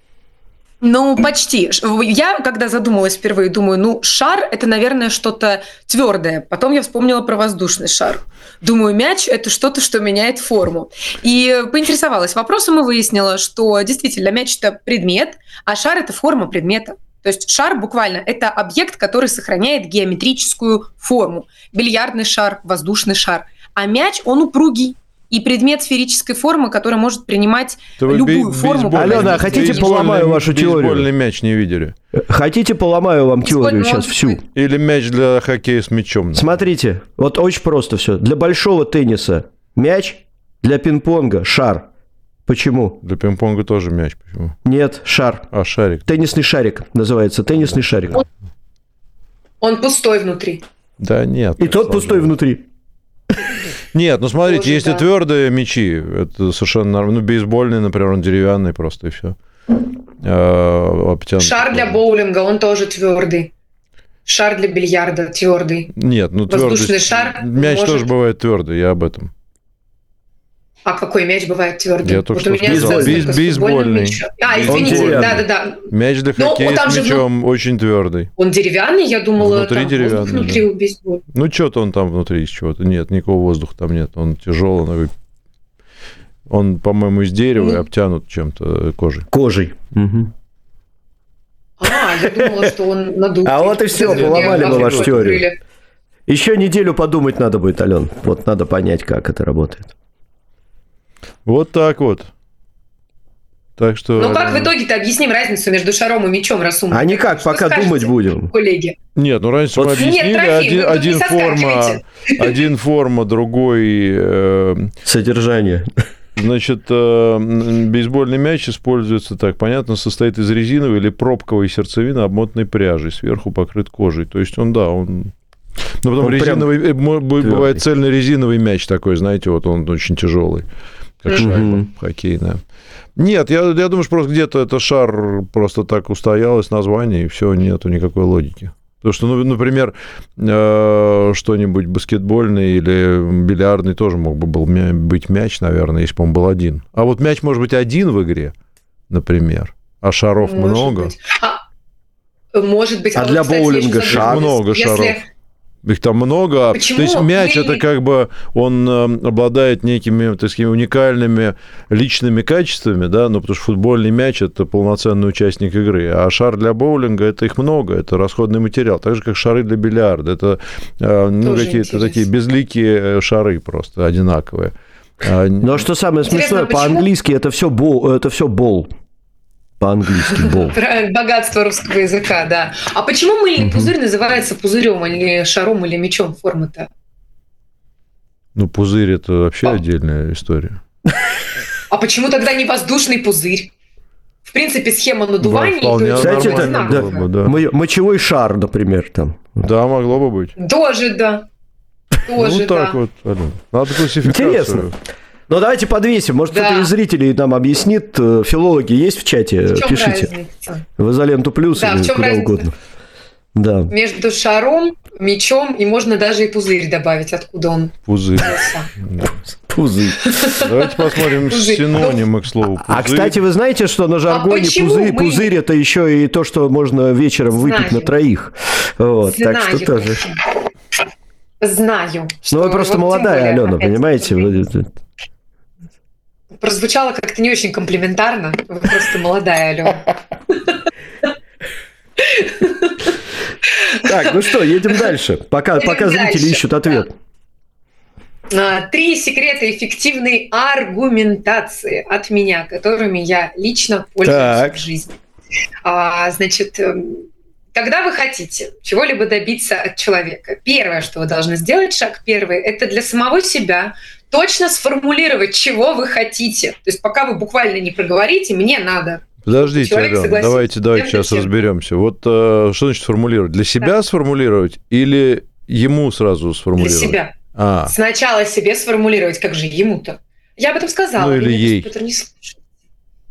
Ну, почти. Я, когда задумалась впервые, думаю, ну, шар – это, наверное, что-то твердое. Потом я вспомнила про воздушный шар. Думаю, мяч – это что-то, что меняет форму. И поинтересовалась вопросом и выяснила, что действительно мяч – это предмет, а шар – это форма предмета. То есть шар буквально – это объект, который сохраняет геометрическую форму. Бильярдный шар, воздушный шар. А мяч, он упругий. И предмет сферической формы, который может принимать То любую форму. Алена, хотите поломаю вашу теорию? Бейсбольный мяч не видели? Хотите поломаю вам теорию сейчас всю? Или мяч для хоккея с мячом? Смотрите, вот очень просто все. Для большого тенниса мяч, для пинг-понга шар. Почему? Для пинг-понга тоже мяч. Почему? Нет, шар. А, шарик. Теннисный шарик называется. Теннисный шарик. Он, он пустой внутри. Да нет. И тот пустой внутри. Нет, ну смотрите, Тоже, если да. твердые мячи, это совершенно нормально. Ну, бейсбольный, например, он деревянный просто, и все. А, шар для боулинга, он тоже твердый. Шар для бильярда твердый. Нет, ну твердый. Воздушный шар. Мяч может... тоже бывает твердый, я об этом. А какой мяч бывает твердый? Я только вот что сказал. Бейс, бейсбольный. А, извините, да-да-да. Мяч для хоккея с мячом же... очень твердый. Он деревянный, я думала, внутри там деревянный, воздух внутри да. у бейсбола. Ну, что-то он там внутри из чего-то. Нет, никакого воздуха там нет. Он тяжелый. Он, по-моему, из дерева и обтянут чем-то кожей. Кожей. Угу. А, я думала, что он надутый. А вот и все, поломали мы вашу теорию. Еще неделю подумать надо будет, Ален. Вот надо понять, как это работает. Вот так вот. Так что... Ну как в итоге-то объясним разницу между шаром и мячом, раз умный? А никак, что пока скажете, думать будем. Коллеги? Нет, ну разницу вот. мы объяснили. Нет, Трофим, один, один, форма, один форма, другой... Э, содержание. Значит, э, бейсбольный мяч используется, так понятно, состоит из резиновой или пробковой сердцевины, обмотанной пряжей, сверху покрыт кожей. То есть он, да, он... Ну, потом он резиновый, бывает твердый. Цельный резиновый мяч такой, знаете, вот он очень тяжелый. Как шайба mm-hmm. хоккейная. Нет, я, я думаю, что просто где-то это шар просто так устоялось название, и все, нету никакой логики. Потому что, ну, например, э, что-нибудь баскетбольный или бильярдный тоже мог бы был мя- быть мяч, наверное, если бы он был один. А вот мяч может быть один в игре, например, а шаров может много. Быть. А, может быть. А, а для вот, боулинга кстати, шар. Много если... шаров. Их там много. Почему? То есть мяч Мы... это как бы он обладает некими, так сказать, уникальными личными качествами, да, ну потому что футбольный мяч это полноценный участник игры, а шар для боулинга это их много, это расходный материал, так же как шары для бильярда, это ну, какие-то такие безликие шары просто одинаковые. Но что самое смешное, по-английски это все бол, это все бол. По-английски бол. Богатство русского языка, да. А почему мыльный пузырь называется пузырем или шаром или мячом формы-то? Ну, пузырь – это вообще а. отдельная история. А почему тогда не воздушный пузырь? В принципе, схема надувания... Да, кстати, это, да, бы, да. Мочевой шар, например. Там. Да, могло бы быть. Тоже, да. Тоже, ну, так да. вот. Надо классификацию. Интересно. Ну, давайте подвесим. Может, да. кто-то из зрителей нам объяснит. Филологи есть в чате? В Пишите. Разница? В изоленту плюс да, или в чем куда разница? угодно. Да. Между шаром, мячом и можно даже и пузырь добавить, откуда он. Пузырь. Пузырь. Давайте посмотрим синонимы к слову пузырь. А, кстати, вы знаете, что на жаргоне а пузырь, мы... пузырь это еще и то, что можно вечером Знаю. выпить на троих. Вот, Знаю. так что тоже. Знаю. Ну, вы просто вот молодая, Алена, понимаете? Прозвучало как-то не очень комплиментарно. Вы просто молодая, Алена. Так, ну что, едем дальше. Пока, едем пока зрители дальше. ищут ответ. Три секрета эффективной аргументации от меня, которыми я лично пользуюсь так. в жизни. А, значит, когда вы хотите чего-либо добиться от человека, первое, что вы должны сделать, шаг первый, это для самого себя точно сформулировать, чего вы хотите. То есть пока вы буквально не проговорите, мне надо. Подождите, Алена, давайте, давайте сейчас разберемся. Вот что значит сформулировать? Для себя да. сформулировать или ему сразу сформулировать? Для себя. А. Сначала себе сформулировать, как же ему-то. Я об этом сказала. Ну или ей. Петр не слушает.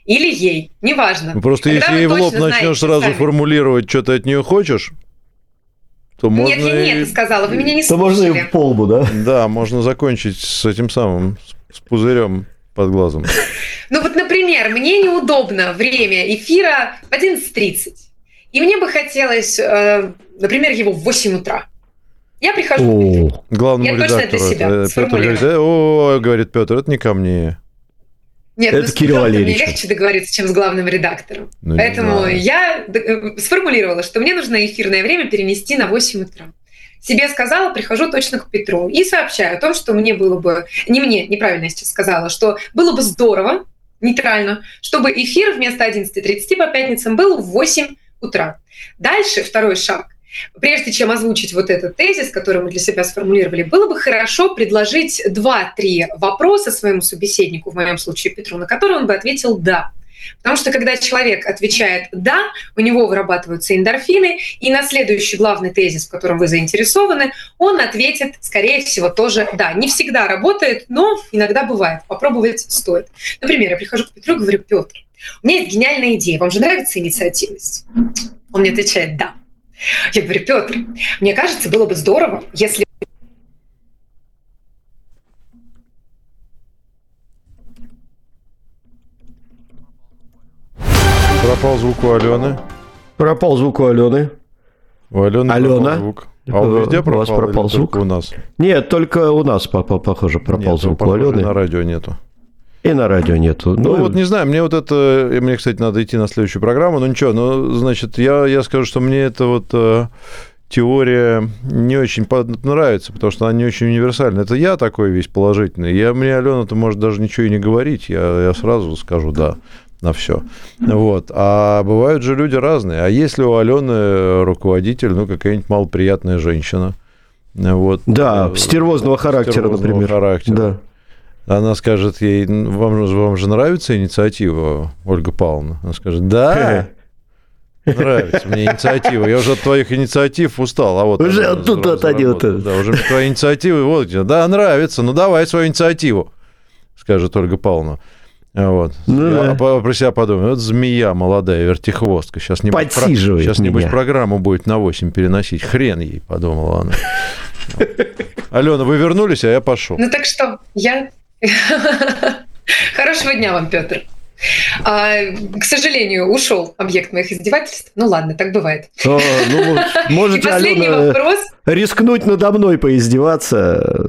или ей, неважно. Ну, просто когда если ей в лоб начнешь сразу сами формулировать, что ты от нее хочешь, то можно... Нет, я не это сказала, вы меня не то слушали. То можно и в полбу, да? Да, можно закончить с этим самым, с пузырем под глазом. Ну вот, например, мне неудобно время эфира в одиннадцать тридцать. И мне бы хотелось, например, его в восемь утра. Я прихожу к главному я редактору. Точно для себя Петр говорит, о, говорит Петр, это не ко мне. Нет, это ну, Кирилл Валерьевич. Мне легче договориться, чем с главным редактором. Ну, Поэтому я сформулировала, что мне нужно эфирное время перенести на восемь утра. Себе сказала, прихожу точно к Петру и сообщаю о том, что мне было бы... Не мне, неправильно я сейчас сказала, что было бы здорово, нейтрально, чтобы эфир вместо одиннадцати тридцати по пятницам был в восемь утра. Дальше второй шаг. Прежде чем озвучить вот этот тезис, который мы для себя сформулировали, было бы хорошо предложить два-три вопроса своему собеседнику, в моем случае Петру, на которые он бы ответил «да». Потому что когда человек отвечает «да», у него вырабатываются эндорфины, и на следующий главный тезис, в котором вы заинтересованы, он ответит, скорее всего, тоже «да». Не всегда работает, но иногда бывает. Попробовать стоит. Например, я прихожу к Петру и говорю: «Петр, у меня есть гениальная идея, вам же нравится инициативность?» Он мне отвечает «да». Я говорю: «Петр, мне кажется, было бы здорово, если...» Пропал звук у Алены. Пропал звук у Алены. У Алены Алена. пропал звук. А он везде пропал, у вас пропал звук? Только у нас? Нет, только у нас, похоже, пропал Нет, звук похоже, у Алены. На радио нету. И на радио нету. Ну, ну вот не знаю, мне вот это... Мне, кстати, надо идти на следующую программу. Ну ничего, ну, значит, я, я скажу, что мне это вот... Э, теория не очень нравится, потому что она не очень универсальна. Это я такой весь положительный. Я, мне Алена-то может даже ничего и не говорить. Я, я сразу скажу «да» на все. Вот. А бывают же люди разные. А если у Алены руководитель, ну, какая-нибудь малоприятная женщина. Вот, да, стервозного характера, стервозного например. Характера. Да. Она скажет ей: вам, вам же нравится инициатива, Ольга Павловна? Она скажет: да. Нравится мне инициатива. Я уже от твоих инициатив устал. А вот уже оттуда отойдет. Да, уже твои инициативы. Вот где. Да, нравится. Ну, давай свою инициативу, скажет Ольга Павловна. Вот. Ну, я да. про себя подумаю: вот змея молодая, вертихвостка. Сейчас, небось, про... Сейчас небось, программу будет на восемь переносить. Хрен ей, подумала она. Алена, вы вернулись, а я пошел. Ну так что, я... Хорошего дня вам, Петр. А, к сожалению, ушел объект моих издевательств. Ну ладно, так бывает. О, ну, можете, Алена, вопрос. Рискнуть надо мной поиздеваться.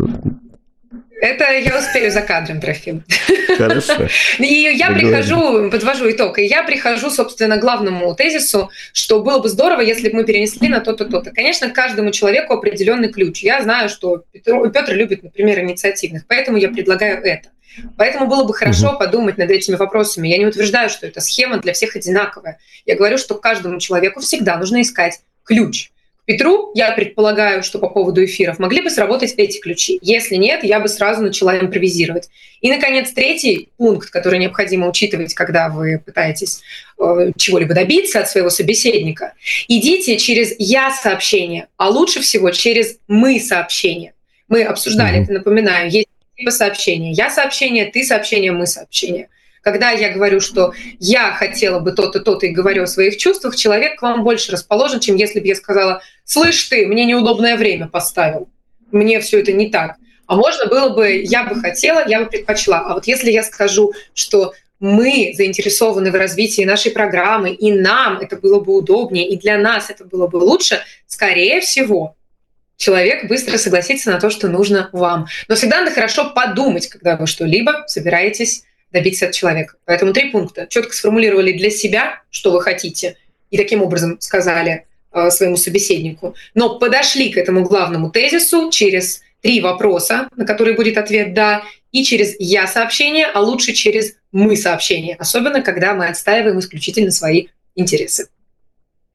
Это я успею за кадром, Трофим. Хорошо. И я прихожу, подвожу итог, и я прихожу, собственно, к главному тезису, что было бы здорово, если бы мы перенесли на то-то, то-то. Конечно, каждому человеку определенный ключ. Я знаю, что Петр, Петр любит, например, инициативных, поэтому я предлагаю это. Поэтому было бы хорошо угу. подумать над этими вопросами. Я не утверждаю, что эта схема для всех одинаковая. Я говорю, что каждому человеку всегда нужно искать ключ. Петру, я предполагаю, что по поводу эфиров могли бы сработать эти ключи. Если нет, я бы сразу начала импровизировать. И, наконец, третий пункт, который необходимо учитывать, когда вы пытаетесь э, чего-либо добиться от своего собеседника. Идите через «я-сообщение», а лучше всего через «мы-сообщение». Мы обсуждали, mm-hmm. это напоминаю, есть типа сообщения. «Я-сообщение», «ты-сообщение», «мы-сообщение». Когда я говорю, что я хотела бы то-то, то-то и говорю о своих чувствах, человек к вам больше расположен, чем если бы я сказала: «Слышь ты, мне неудобное время поставил, мне все это не так». А можно было бы «я бы хотела, я бы предпочла». А вот если я скажу, что мы заинтересованы в развитии нашей программы, и нам это было бы удобнее, и для нас это было бы лучше, скорее всего, человек быстро согласится на то, что нужно вам. Но всегда надо хорошо подумать, когда вы что-либо собираетесь добиться от человека. Поэтому три пункта. Четко сформулировали для себя, что вы хотите, и таким образом сказали э, своему собеседнику. Но подошли к этому главному тезису через три вопроса, на которые будет ответ «да», и через «я-сообщение», а лучше через «мы-сообщение», особенно когда мы отстаиваем исключительно свои интересы.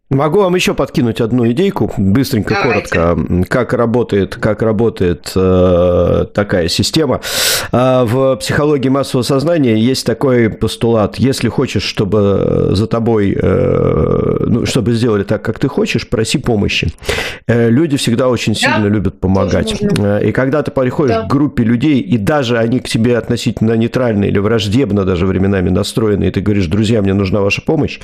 Могу вам еще подкинуть одну идейку, быстренько, Давайте. коротко, как работает, как работает э, такая система. Э, в психологии массового сознания есть такой постулат: если хочешь, чтобы за тобой, э, ну, чтобы сделали так, как ты хочешь, проси помощи. Э, люди всегда очень сильно да, любят помогать. И когда ты приходишь да. к группе людей, и даже они к тебе относительно нейтрально или враждебно даже временами настроены, и ты говоришь: друзья, мне нужна ваша помощь,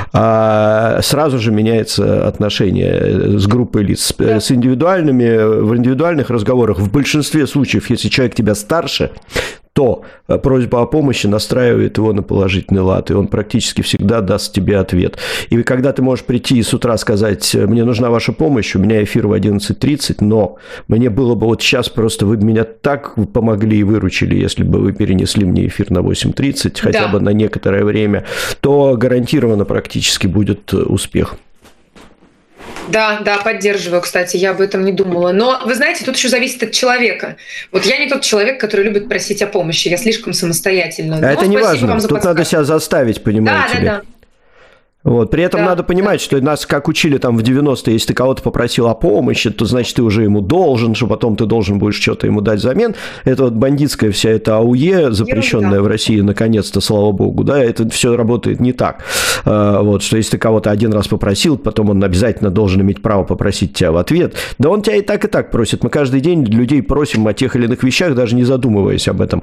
э, сразу же меняется отношение с группой лиц. Да. С индивидуальными, в индивидуальных разговорах в большинстве случаев, если человек тебя старше, то просьба о помощи настраивает его на положительный лад, и он практически всегда даст тебе ответ. И когда ты можешь прийти и с утра сказать: мне нужна ваша помощь, у меня эфир в одиннадцать тридцать, но мне было бы вот сейчас просто, вы бы меня так помогли и выручили, если бы вы перенесли мне эфир на восемь тридцать, хотя да. бы на некоторое время, то гарантированно практически будет успех. Да, да, поддерживаю, кстати, я об этом не думала. Но, вы знаете, тут еще зависит от человека. Вот я не тот человек, который любит просить о помощи, я слишком самостоятельна. А это не важно, тут подсказку. Надо себя заставить, понимаете да, ли. Да, да. Вот. При этом да, надо понимать, да. что нас, как учили там в девяностые, если ты кого-то попросил о помощи, то значит ты уже ему должен, что потом ты должен будешь что-то ему дать взамен. Это вот бандитская вся эта АУЕ, запрещенная Ерунда. в России, наконец-то, слава богу, да, это все работает не так. Вот, что если ты кого-то один раз попросил, потом он обязательно должен иметь право попросить тебя в ответ. Да он тебя и так, и так просит. Мы каждый день людей просим о тех или иных вещах, даже не задумываясь об этом,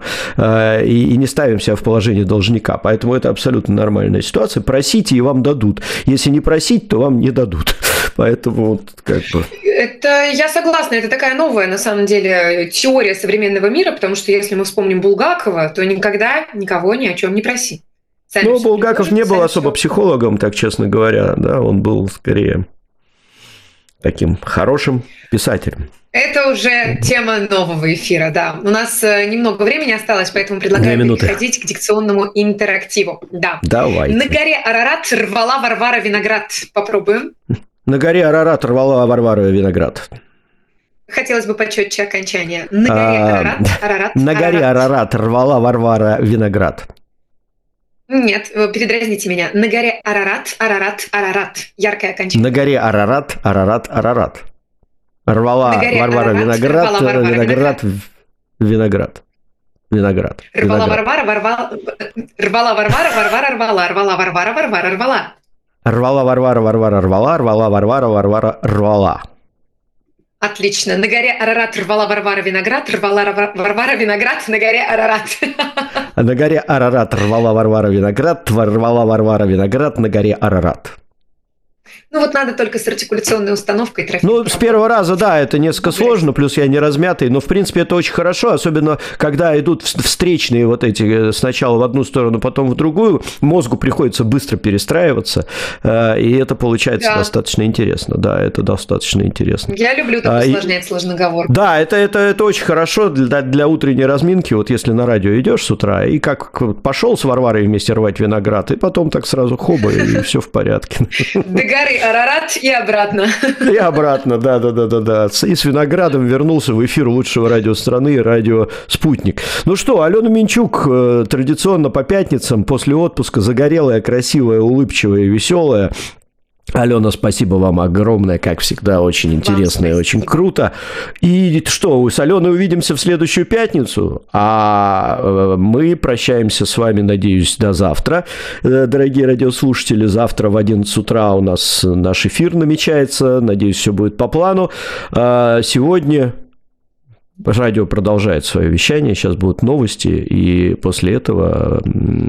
и не ставим себя в положение должника. Поэтому это абсолютно нормальная ситуация. Просите, и вам дадут. Если не просить, то вам не дадут. Поэтому вот как бы... Это, я согласна, это такая новая, на самом деле, теория современного мира, потому что если мы вспомним Булгакова, то никогда никого ни о чем не проси. Сами ну, Булгаков не был особо все. психологом, так честно говоря, да, он был скорее таким хорошим писателем. Это уже тема нового эфира, да. У нас немного времени осталось, поэтому предлагаю переходить к дикционному интерактиву. Да. Давайте. На горе Арарат рвала Варвара виноград. Попробуем. На горе Арарат рвала Варвара виноград. Хотелось бы почетче окончание. На горе Арарат, Арарат, На горе Арарат рвала Варвара виноград. Нет, передразните меня. На горе Арарат, Арарат, Арарат. Яркое окончание. На горе Арарат, Арарат, Арарат. Рвала Варвара Арарат, виноград, рвала Варвара виноград, виноград, виноград. Рвала Варвара, Варвара, рвала Варвара, Варвара рвала, рвала Варвара, Варвара рвала. Рвала Варвара, Варвара рвала, рвала Варвара, Варвара рвала. Отлично. На горе Арарат рвала Варвара виноград, рвала Варвара виноград на горе Арарат. На горе Арарат рвала Варвара виноград, рвала Варвара виноград на горе Арарат. Ну вот надо только с артикуляционной установкой трофей. Ну, с первого раза, да, это несколько сложно, плюс я не размятый, но, в принципе, это очень хорошо, особенно, когда идут встречные вот эти, сначала в одну сторону, потом в другую, мозгу приходится быстро перестраиваться, и это получается да. достаточно интересно, да, это достаточно интересно. Я люблю так усложнять и... сложноговорку. Да, это, это, это очень хорошо для, для утренней разминки, вот если на радио идешь с утра, и как пошел с Варварой вместе рвать виноград, и потом так сразу хоба, и все в порядке. До горы Арарат и обратно. И обратно, да-да-да-да-да. И с виноградом вернулся в эфир лучшего радио страны, радио «Спутник». Ну что, Алена Минчук традиционно по пятницам после отпуска загорелая, красивая, улыбчивая, веселая. Алена, спасибо вам огромное, как всегда, очень интересно и очень круто. И что, с Аленой увидимся в следующую пятницу, а мы прощаемся с вами, надеюсь, до завтра. Дорогие радиослушатели, завтра в одиннадцать утра у нас наш эфир намечается, надеюсь, все будет по плану. А сегодня... Радио продолжает свое вещание, сейчас будут новости, и после этого...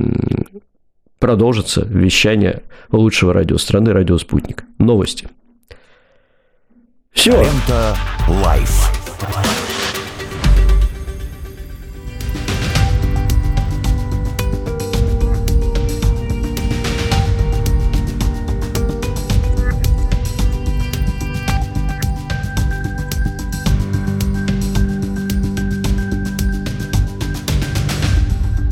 продолжится вещание лучшего радио страны, радио «Спутник». Новости. Все. Лента Лайф.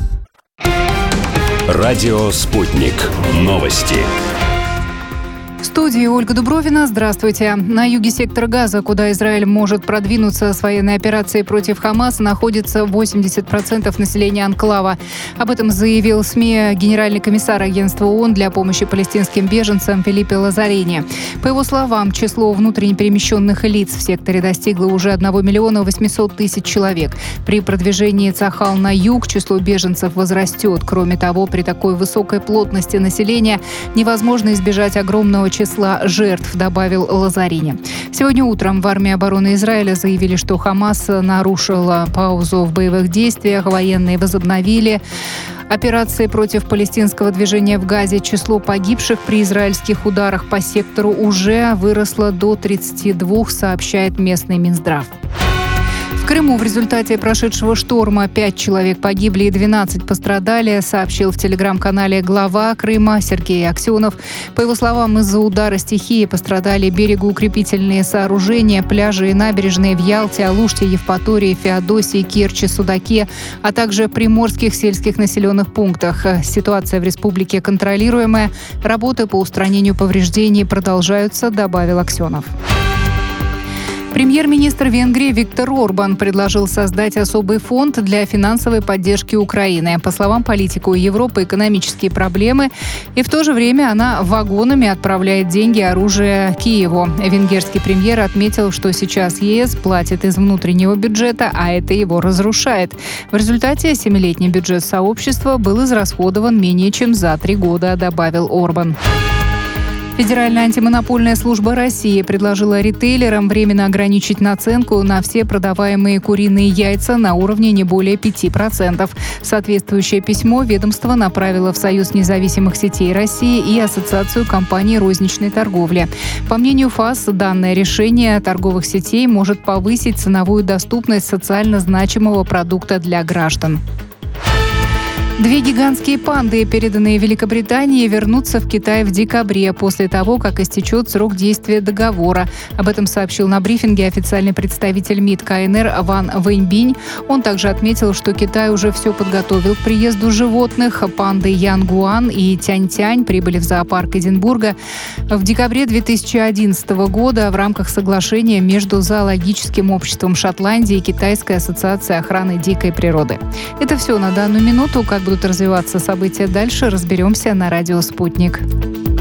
Радио «Спутник». Новости. студии Ольга Дубровина. Здравствуйте. На юге сектора Газа, куда Израиль может продвинуться с военной операцией против Хамаса, находится восемьдесят процентов населения анклава. Об этом заявил СМИ генеральный комиссар Агентства ООН для помощи палестинским беженцам Филиппе Лазарини. По его словам, число внутренне перемещенных лиц в секторе достигло уже одного миллиона восьмисот тысяч человек. При продвижении Цахал на юг число беженцев возрастет. Кроме того, при такой высокой плотности населения невозможно избежать огромного числа жертв, добавил Лазарини. Сегодня утром в армии обороны Израиля заявили, что Хамас нарушила паузу в боевых действиях, военные возобновили операции против палестинского движения в Газе. Число погибших при израильских ударах по сектору уже выросло до тридцати двух, сообщает местный Минздрав. В Крыму в результате прошедшего шторма пять человек погибли и двенадцать пострадали, сообщил в телеграм-канале глава Крыма Сергей Аксенов. По его словам, из-за удара стихии пострадали берегоукрепительные сооружения, пляжи и набережные в Ялте, Алуште, Евпатории, Феодосии, Керчи, Судаке, а также приморских сельских населенных пунктах. Ситуация в республике контролируемая. Работы по устранению повреждений продолжаются, добавил Аксенов. Премьер-министр Венгрии Виктор Орбан предложил создать особый фонд для финансовой поддержки Украины. По словам политика, у Европы экономические проблемы, и в то же время она вагонами отправляет деньги и оружие Киеву. Венгерский премьер отметил, что сейчас ЕС платит из внутреннего бюджета, а это его разрушает. В результате семилетний бюджет сообщества был израсходован менее чем за три года, добавил Орбан. Федеральная антимонопольная служба России предложила ритейлерам временно ограничить наценку на все продаваемые куриные яйца на уровне не более пяти процентов. Соответствующее письмо ведомство направило в Союз независимых сетей России и Ассоциацию компаний розничной торговли. По мнению ФАС, данное решение торговых сетей может повысить ценовую доступность социально значимого продукта для граждан. Две гигантские панды, переданные Великобритании, вернутся в Китай в декабре, после того, как истечет срок действия договора. Об этом сообщил на брифинге официальный представитель МИД КНР Ван Вэньбинь. Он также отметил, что Китай уже все подготовил к приезду животных. Панды Янгуан и Тянь-Тянь прибыли в зоопарк Эдинбурга в декабре две тысячи одиннадцатого года в рамках соглашения между Зоологическим обществом Шотландии и Китайской ассоциацией охраны дикой природы. Это все на данную минуту. Как будут развиваться события дальше, разберемся на радио «Спутник».